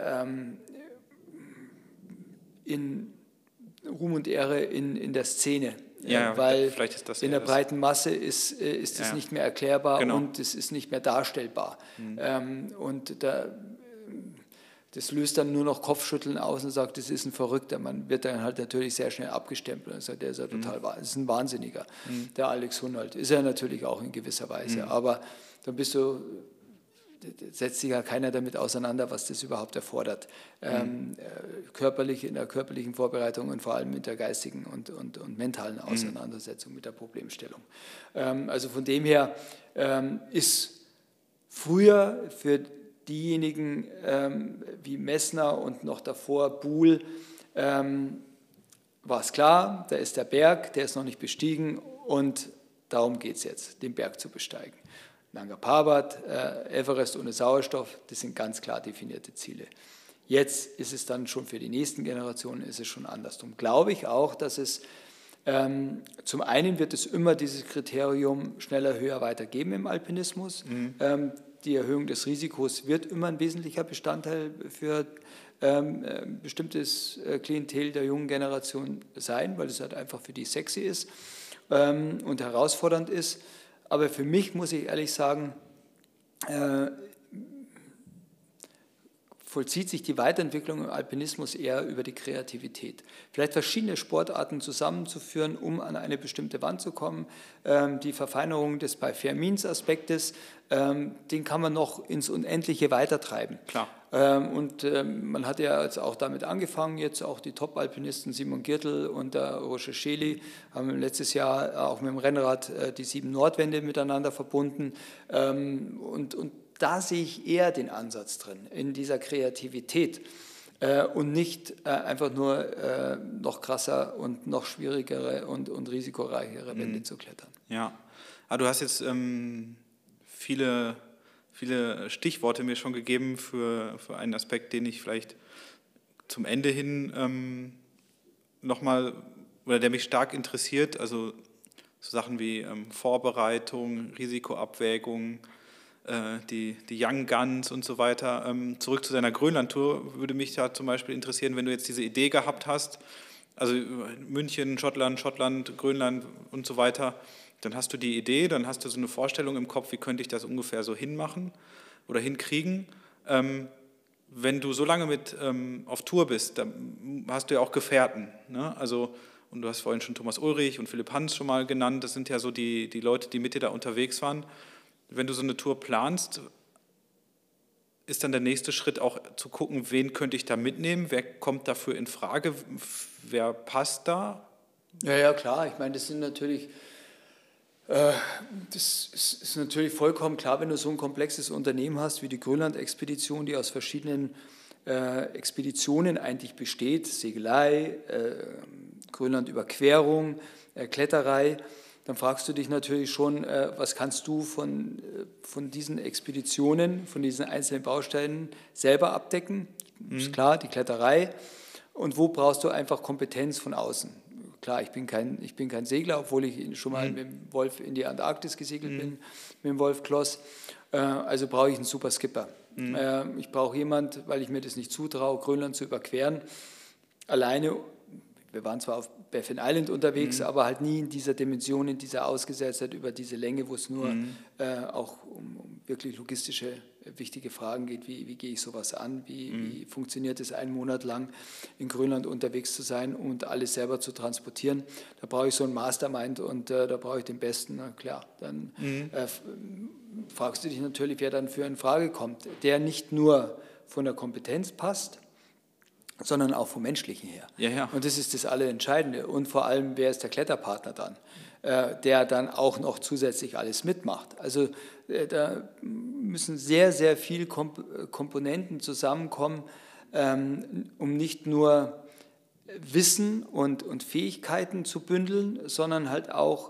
in Ruhm und Ehre in der Szene. Weil vielleicht ist in der breiten Masse ist es nicht mehr erklärbar und es ist nicht mehr darstellbar. Und das löst dann nur noch Kopfschütteln aus und sagt, das ist ein Verrückter. Man wird dann halt natürlich sehr schnell abgestempelt und sagt, der ist ja total das ist ein Wahnsinniger. Der Alex Honnold ist er natürlich auch in gewisser Weise. Aber dann setzt sich ja keiner damit auseinander, was das überhaupt erfordert. Körperlich, in der körperlichen Vorbereitung und vor allem mit der geistigen und mentalen Auseinandersetzung mit der Problemstellung. Also von dem her ist früher für diejenigen wie Messner und noch davor Buhl, war es klar, da ist der Berg, der ist noch nicht bestiegen und darum geht es jetzt, den Berg zu besteigen. Nanga Parbat, Everest ohne Sauerstoff, das sind ganz klar definierte Ziele. Jetzt ist es dann schon für die nächsten Generationen ist es schon anders. Darum glaube ich auch, dass es zum einen wird es immer dieses Kriterium schneller, höher, weiter geben im Alpinismus. Die Erhöhung des Risikos wird immer ein wesentlicher Bestandteil für ein bestimmtes Klientel der jungen Generation sein, weil es halt einfach für die sexy ist und herausfordernd ist. Aber für mich, muss ich ehrlich sagen, vollzieht sich die Weiterentwicklung im Alpinismus eher über die Kreativität. Vielleicht verschiedene Sportarten zusammenzuführen, um an eine bestimmte Wand zu kommen. Die Verfeinerung des Bei-Fair-Means-Aspektes, den kann man noch ins Unendliche weitertreiben. Klar. Und man hat ja jetzt auch damit angefangen, jetzt auch die Top-Alpinisten Simon Giertl und der Roger Schely haben letztes Jahr auch mit dem Rennrad die 7 Nordwände miteinander verbunden und da sehe ich eher den Ansatz drin, in dieser Kreativität und nicht einfach nur noch krasser und noch schwierigere und risikoreichere Wände zu klettern. Ja, aber du hast jetzt viele Stichworte mir schon gegeben für einen Aspekt, den ich vielleicht zum Ende hin nochmal, oder der mich stark interessiert, also so Sachen wie Vorbereitung, Risikoabwägung, die Young Guns und so weiter. Zurück zu deiner Grönland-Tour würde mich da zum Beispiel interessieren, wenn du jetzt diese Idee gehabt hast, Also München, Schottland, Grönland und so weiter. Dann hast du die Idee, dann hast du so eine Vorstellung im Kopf, wie könnte ich das ungefähr so hinmachen oder hinkriegen. Wenn du so lange mit auf Tour bist, dann hast du ja auch Gefährten. Ne? Also, und du hast vorhin schon Thomas Ulrich und Philipp Hans schon mal genannt. Das sind ja so die Leute, die mit dir da unterwegs waren. Wenn du so eine Tour planst, ist dann der nächste Schritt auch zu gucken, wen könnte ich da mitnehmen, wer kommt dafür in Frage, wer passt da? Ja, klar. Ich meine, das ist natürlich vollkommen klar, wenn du so ein komplexes Unternehmen hast wie die Grönland-Expedition, die aus verschiedenen Expeditionen eigentlich besteht, Segelei, Grönland-Überquerung, Kletterei, dann fragst du dich natürlich schon, was kannst du von diesen Expeditionen, von diesen einzelnen Bausteinen selber abdecken? Ist klar, die Kletterei. Und wo brauchst du einfach Kompetenz von außen? Klar, ich bin kein Segler, obwohl ich schon mal mit dem Wolf in die Antarktis gesegelt bin, mit dem Wolf Kloss. Also brauche ich einen super Skipper. Ich brauche jemanden, weil ich mir das nicht zutraue, Grönland zu überqueren, alleine. Wir waren zwar auf Baffin Island unterwegs, aber halt nie in dieser Dimension, in dieser Ausgesetztheit über diese Länge, wo es nur auch um wirklich logistische, wichtige Fragen geht. Wie gehe ich sowas an? Wie funktioniert es, einen Monat lang in Grönland unterwegs zu sein und alles selber zu transportieren? Da brauche ich so einen Mastermind und da brauche ich den Besten. Na klar, dann fragst du dich natürlich, wer dann für in Frage kommt, der nicht nur von der Kompetenz passt, sondern auch vom Menschlichen her. Ja. Und das ist das Allerentscheidende. Und vor allem, wer ist der Kletterpartner dann, der dann auch noch zusätzlich alles mitmacht. Also da müssen sehr, sehr viele Komponenten zusammenkommen, um nicht nur Wissen und Fähigkeiten zu bündeln, sondern halt auch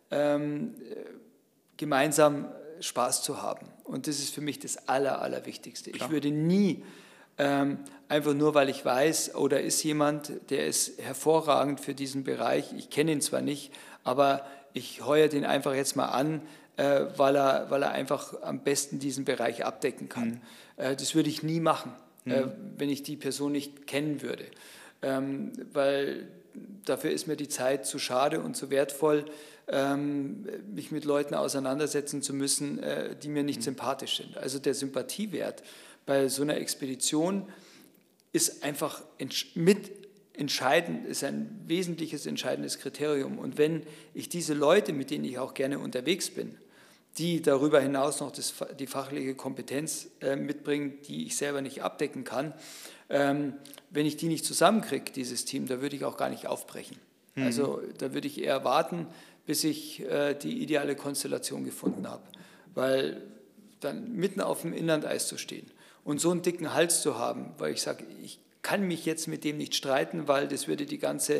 gemeinsam Spaß zu haben. Und das ist für mich das Allerwichtigste. Klar. Ich würde nie einfach nur, weil ich weiß, oh, da ist jemand, der ist hervorragend für diesen Bereich. Ich kenne ihn zwar nicht, aber ich heuere den einfach jetzt mal an, weil er einfach am besten diesen Bereich abdecken kann. Das würde ich nie machen, wenn ich die Person nicht kennen würde. Weil dafür ist mir die Zeit zu schade und zu wertvoll, mich mit Leuten auseinandersetzen zu müssen, die mir nicht sympathisch sind. Also der Sympathiewert bei so einer Expedition ist einfach entscheidend, ist ein wesentliches, entscheidendes Kriterium. Und wenn ich diese Leute, mit denen ich auch gerne unterwegs bin, die darüber hinaus noch die fachliche Kompetenz mitbringen, die ich selber nicht abdecken kann, wenn ich die nicht zusammenkriege, dieses Team, da würde ich auch gar nicht aufbrechen. Also da würde ich eher warten, bis ich die ideale Konstellation gefunden habe. Weil dann mitten auf dem Inlandeis zu stehen und so einen dicken Hals zu haben, weil ich sage, ich kann mich jetzt mit dem nicht streiten, weil das würde die ganze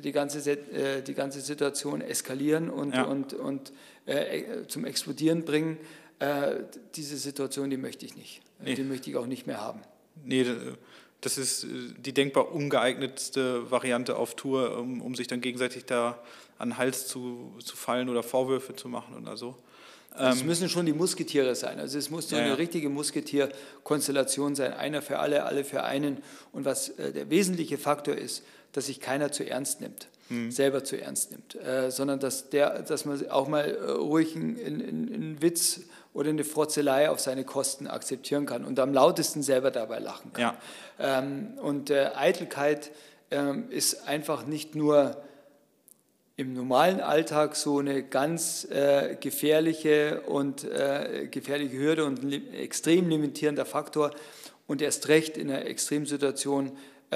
Situation eskalieren und zum Explodieren bringen. Diese Situation, die möchte ich nicht. Nee. Die möchte ich auch nicht mehr haben. Nee, das ist die denkbar ungeeignetste Variante auf Tour, um sich dann gegenseitig da an den Hals zu fallen oder Vorwürfe zu machen oder so. Es müssen schon die Musketiere sein. Also es muss so eine richtige Musketier-Konstellation sein. Einer für alle für einen. Und was der wesentliche Faktor ist, dass sich keiner zu ernst nimmt, selber zu ernst nimmt, sondern dass man auch mal ruhig einen Witz oder eine Frotzelei auf seine Kosten akzeptieren kann und am lautesten selber dabei lachen kann. Ja. Und Eitelkeit ist einfach nicht nur im normalen Alltag so eine ganz gefährliche Hürde und ein extrem limitierender Faktor und erst recht in einer Extremsituation,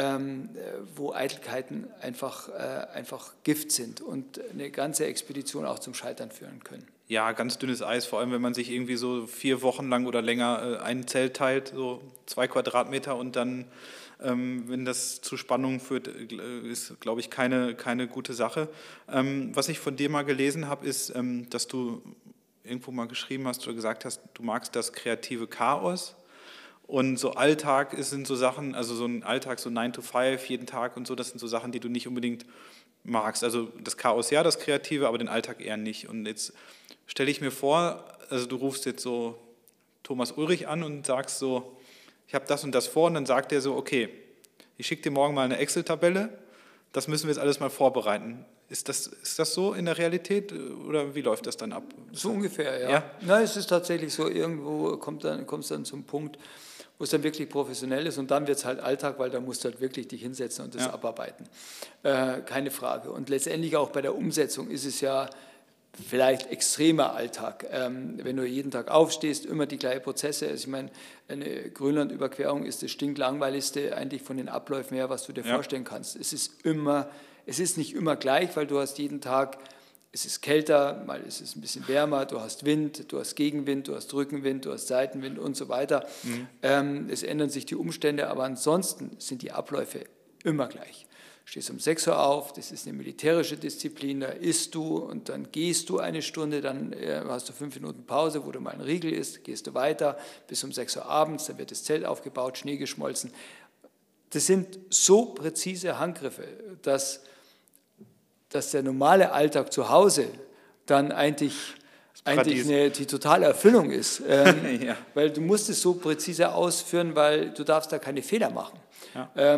wo Eitelkeiten einfach Gift sind und eine ganze Expedition auch zum Scheitern führen können. Ja, ganz dünnes Eis, vor allem wenn man sich irgendwie so 4 Wochen lang oder länger ein Zelt teilt, so 2 Quadratmeter und dann, wenn das zu Spannungen führt, ist, glaube ich, keine gute Sache. Was ich von dir mal gelesen habe, ist, dass du irgendwo mal geschrieben hast oder gesagt hast, du magst das kreative Chaos. Und so Alltag sind so Sachen, also so ein Alltag, so 9 to 5 jeden Tag und so, das sind so Sachen, die du nicht unbedingt magst. Also das Chaos ja, das Kreative, aber den Alltag eher nicht. Und jetzt stelle ich mir vor, also du rufst jetzt so Thomas Ulrich an und sagst so, ich habe das und das vor, und dann sagt er so, okay, ich schicke dir morgen mal eine Excel-Tabelle, das müssen wir jetzt alles mal vorbereiten. Ist das so in der Realität oder wie läuft das dann ab? So ungefähr, ja. Ja? Nein, es ist tatsächlich so, irgendwo kommst dann zum Punkt, wo es dann wirklich professionell ist und dann wird es halt Alltag, weil da musst du halt wirklich dich hinsetzen und das abarbeiten. Keine Frage. Und letztendlich auch bei der Umsetzung ist es ja vielleicht extremer Alltag. Wenn du jeden Tag aufstehst, immer die gleichen Prozesse. Also ich meine, eine Grönlandüberquerung ist das stinklangweiligste eigentlich von den Abläufen her, was du dir vorstellen kannst. Es ist nicht immer gleich, weil du hast jeden Tag, es ist kälter, mal ist es ein bisschen wärmer, du hast Wind, du hast Gegenwind, du hast Rückenwind, du hast Seitenwind und so weiter. Es ändern sich die Umstände, aber ansonsten sind die Abläufe immer gleich. Du stehst um 6 Uhr auf, das ist eine militärische Disziplin, da isst du und dann gehst du eine Stunde, dann hast du 5 Minuten Pause, wo du mal ein Riegel isst, gehst du weiter bis um 6 Uhr abends, dann wird das Zelt aufgebaut, Schnee geschmolzen. Das sind so präzise Handgriffe, dass der normale Alltag zu Hause dann eigentlich die totale Erfüllung ist. Weil du musst es so präzise ausführen, weil du darfst da keine Fehler machen. Ja.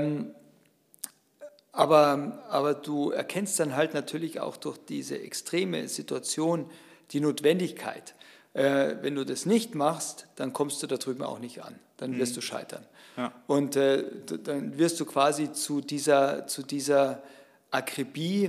Aber du erkennst dann halt natürlich auch durch diese extreme Situation die Notwendigkeit. Wenn du das nicht machst, dann kommst du da drüben auch nicht an. Dann wirst du scheitern. Ja. Und dann wirst du quasi zu dieser Akribie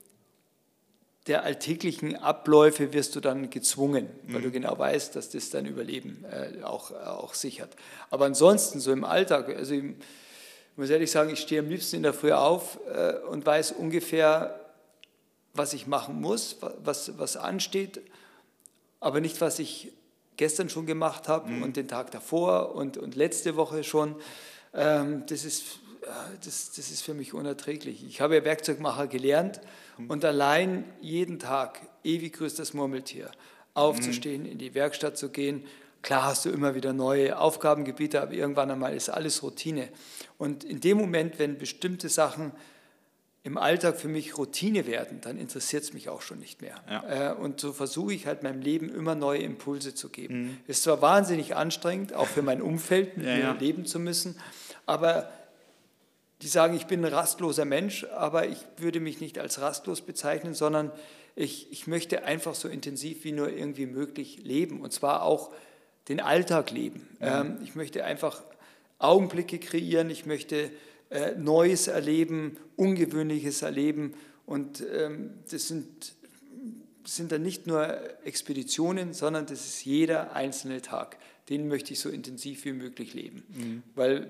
der alltäglichen Abläufe wirst du dann gezwungen, weil du genau weißt, dass das dein Überleben auch sichert. Aber ansonsten so im Alltag, also ich muss ehrlich sagen, ich stehe am liebsten in der Früh auf und weiß ungefähr, was ich machen muss, was ansteht, aber nicht, was ich gestern schon gemacht habe und den Tag davor und letzte Woche schon. Das ist für mich unerträglich. Ich habe ja Werkzeugmacher gelernt und allein jeden Tag, ewig grüßt das Murmeltier, aufzustehen, in die Werkstatt zu gehen. Klar hast du immer wieder neue Aufgabengebiete, aber irgendwann einmal ist alles Routine. Und in dem Moment, wenn bestimmte Sachen im Alltag für mich Routine werden, dann interessiert es mich auch schon nicht mehr. Ja. Und so versuche ich halt meinem Leben immer neue Impulse zu geben. Ist zwar wahnsinnig anstrengend, auch für mein Umfeld, mit mir leben zu müssen, aber die sagen, ich bin ein rastloser Mensch, aber ich würde mich nicht als rastlos bezeichnen, sondern ich möchte einfach so intensiv wie nur irgendwie möglich leben und zwar auch den Alltag leben. Ich möchte einfach Augenblicke kreieren, ich möchte Neues erleben, Ungewöhnliches erleben und das sind dann nicht nur Expeditionen, sondern das ist jeder einzelne Tag. Den möchte ich so intensiv wie möglich leben, weil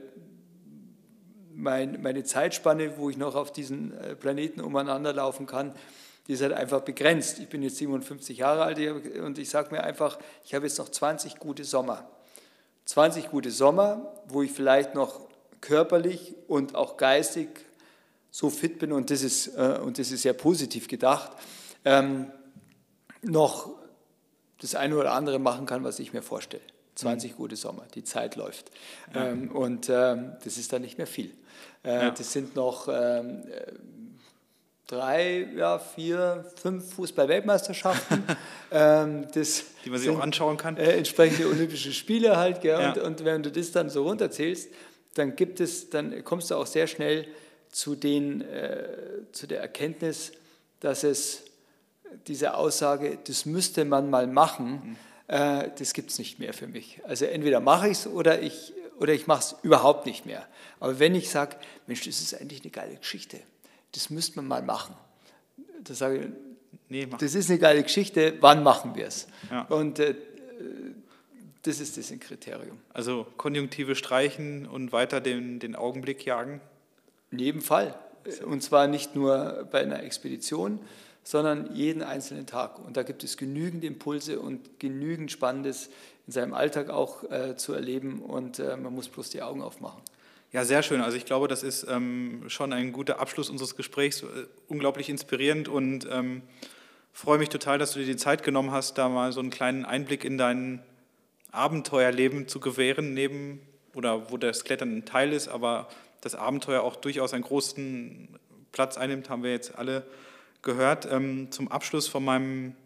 meine Zeitspanne, wo ich noch auf diesen Planeten umeinander laufen kann, die ist halt einfach begrenzt. Ich bin jetzt 57 Jahre alt und ich sage mir einfach, ich habe jetzt noch 20 gute Sommer. 20 gute Sommer, wo ich vielleicht noch körperlich und auch geistig so fit bin, und das ist sehr positiv gedacht, noch das eine oder andere machen kann, was ich mir vorstelle. 20 gute Sommer, die Zeit läuft. Ja. Das ist dann nicht mehr viel. Das sind noch 3, 4, 5 Fußball-Weltmeisterschaften. Die man sich auch anschauen kann. Entsprechende Olympische Spiele halt. Gell? Ja. Und wenn du das dann so runterzählst, dann kommst du auch sehr schnell zu der Erkenntnis, dass es diese Aussage, das müsste man mal machen, das gibt es nicht mehr für mich. Also entweder mache ich es oder ich mache es überhaupt nicht mehr. Aber wenn ich sage, Mensch, das ist eigentlich eine geile Geschichte, das müsste man mal machen, da sage ich, nee, das ist eine geile Geschichte, wann machen wir es? Ja. Und das ist das Kriterium. Also Konjunktive streichen und weiter den Augenblick jagen? In jedem Fall. Und zwar nicht nur bei einer Expedition, sondern jeden einzelnen Tag. Und da gibt es genügend Impulse und genügend Spannendes in seinem Alltag auch zu erleben und man muss bloß die Augen aufmachen. Ja, sehr schön. Also ich glaube, das ist schon ein guter Abschluss unseres Gesprächs, unglaublich inspirierend und freue mich total, dass du dir die Zeit genommen hast, da mal so einen kleinen Einblick in dein Abenteuerleben zu gewähren, wo das Klettern ein Teil ist, aber das Abenteuer auch durchaus einen großen Platz einnimmt, haben wir jetzt alle gehört. Zum Abschluss von meinem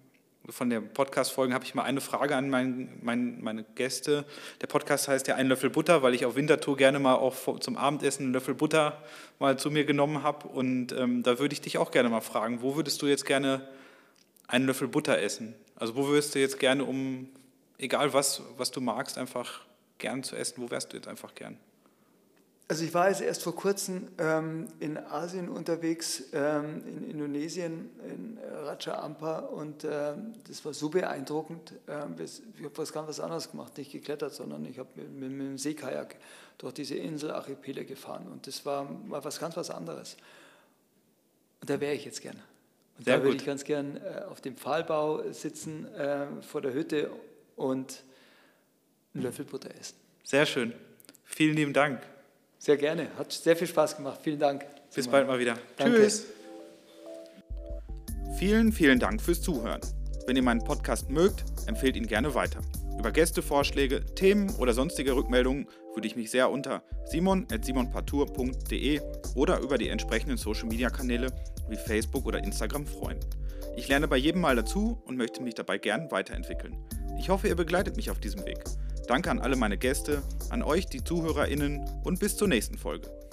von der Podcast-Folgen habe ich mal eine Frage an meine Gäste. Der Podcast heißt ja Ein Löffel Butter, weil ich auf Winterthur gerne mal auch zum Abendessen einen Löffel Butter mal zu mir genommen habe. Und da würde ich dich auch gerne mal fragen, wo würdest du jetzt gerne einen Löffel Butter essen? Also wo würdest du jetzt gerne egal was du magst, einfach gern zu essen, wo wärst du jetzt einfach gern? Also ich war jetzt erst vor kurzem in Asien unterwegs, in Indonesien, in Raja Ampat, und das war so beeindruckend. Ich habe was anderes gemacht, nicht geklettert, sondern ich habe mit dem Seekajak durch diese Inselarchipele gefahren, und das war was anderes. Und da wäre ich jetzt gerne. Und da würde ich ganz gern auf dem Pfahlbau sitzen, vor der Hütte, und einen Löffel Butter essen. Sehr schön. Vielen lieben Dank. Sehr gerne. Hat sehr viel Spaß gemacht. Vielen Dank. Bis bald mal wieder. Danke. Tschüss. Vielen, vielen Dank fürs Zuhören. Wenn ihr meinen Podcast mögt, empfehlt ihn gerne weiter. Über Gästevorschläge, Themen oder sonstige Rückmeldungen würde ich mich sehr unter simon@simonpartour.de oder über die entsprechenden Social-Media-Kanäle wie Facebook oder Instagram freuen. Ich lerne bei jedem Mal dazu und möchte mich dabei gern weiterentwickeln. Ich hoffe, ihr begleitet mich auf diesem Weg. Danke an alle meine Gäste, an euch, die ZuhörerInnen, und bis zur nächsten Folge.